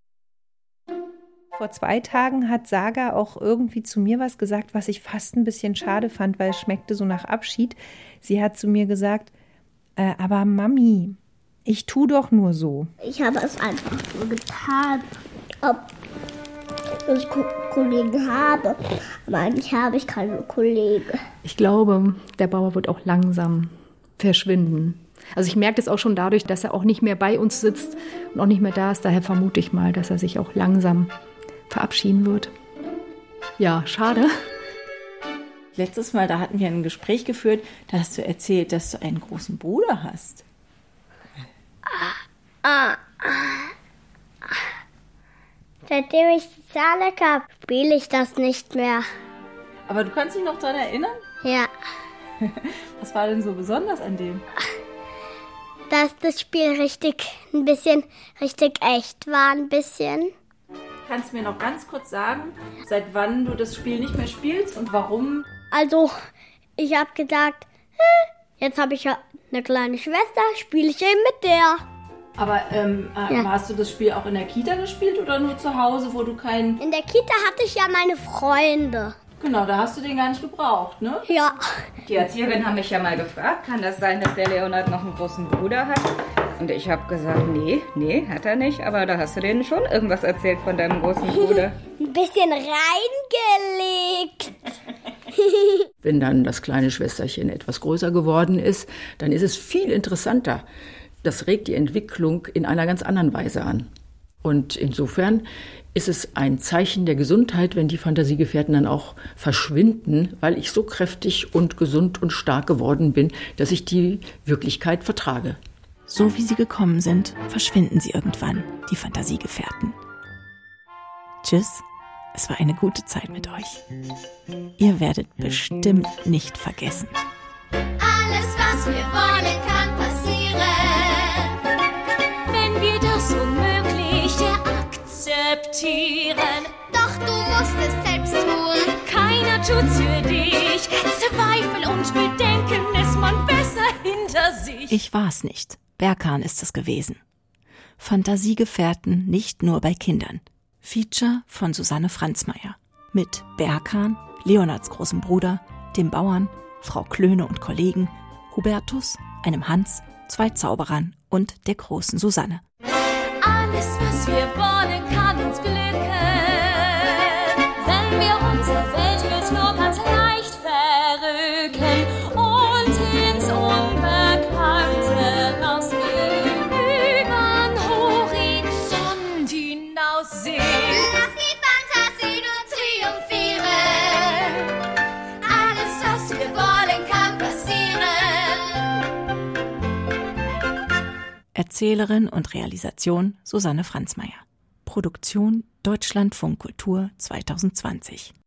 Vor zwei Tagen hat Saga auch irgendwie zu mir was gesagt, was ich fast ein bisschen schade fand, weil es schmeckte so nach Abschied. Sie hat zu mir gesagt, äh, aber Mami, ich tu doch nur so. Ich habe es einfach so getan, ob ich Ko- Kollegen habe. Aber eigentlich habe ich keine Kollegen. Ich glaube, der Bauer wird auch langsam verschwinden. Also ich merke das auch schon dadurch, dass er auch nicht mehr bei uns sitzt und auch nicht mehr da ist. Daher vermute ich mal, dass er sich auch langsam verabschieden wird. Ja, schade. Letztes Mal, da hatten wir ein Gespräch geführt, da hast du erzählt, dass du einen großen Bruder hast. Ah, ah. Seitdem ich die Zahnek habe, spiele ich das nicht mehr. Aber du kannst dich noch daran erinnern? Ja. Was war denn so besonders an dem? Dass das Spiel richtig, ein bisschen, richtig echt war, ein bisschen. Kannst du mir noch ganz kurz sagen, seit wann du das Spiel nicht mehr spielst und warum? Also, ich habe gesagt, jetzt habe ich ja eine kleine Schwester, spiele ich eben mit der. Aber ähm, ja. Hast du das Spiel auch in der Kita gespielt oder nur zu Hause, wo du keinen... In der Kita hatte ich ja meine Freunde. Genau, da hast du den gar nicht gebraucht, ne? Ja. Die Erzieherin haben mich ja mal gefragt, kann das sein, dass der Leonhard noch einen großen Bruder hat? Und ich habe gesagt, nee, nee, hat er nicht. Aber da hast du denen schon irgendwas erzählt von deinem großen Bruder. Ein bisschen reingelegt. Wenn dann das kleine Schwesterchen etwas größer geworden ist, dann ist es viel interessanter. Das regt die Entwicklung in einer ganz anderen Weise an. Und insofern ist es ein Zeichen der Gesundheit, wenn die Fantasiegefährten dann auch verschwinden, weil ich so kräftig und gesund und stark geworden bin, dass ich die Wirklichkeit vertrage. So wie sie gekommen sind, verschwinden sie irgendwann, die Fantasiegefährten. Tschüss, es war eine gute Zeit mit euch. Ihr werdet bestimmt nicht vergessen. Alles, was wir wollen, kann passieren, wenn wir das Unmögliche akzeptieren. Doch du musst es selbst tun, keiner tut's für dich. Zweifel und Bedenken lässt man besser hinter sich. Ich war's nicht. Berkan ist es gewesen. Fantasiegefährten nicht nur bei Kindern. Feature von Susanne Franzmeier. Mit Berkan, Leonhards großem Bruder, dem Bauern, Frau Klöne und Kollegen, Hubertus, einem Hans, zwei Zauberern und der großen Susanne. Alles, was wir wollen, kann uns glücken, wenn wir unser Weltbild nur ganz leicht verrücken und ins Unbekannte rausgehen, übern Horizont hinaussehen. Lass die Fantasie nur triumphieren. Alles, was wir wollen, kann passieren. Erzählerin und Realisation Susanne Franzmeier. Produktion Deutschlandfunk Kultur zwanzig zwanzig.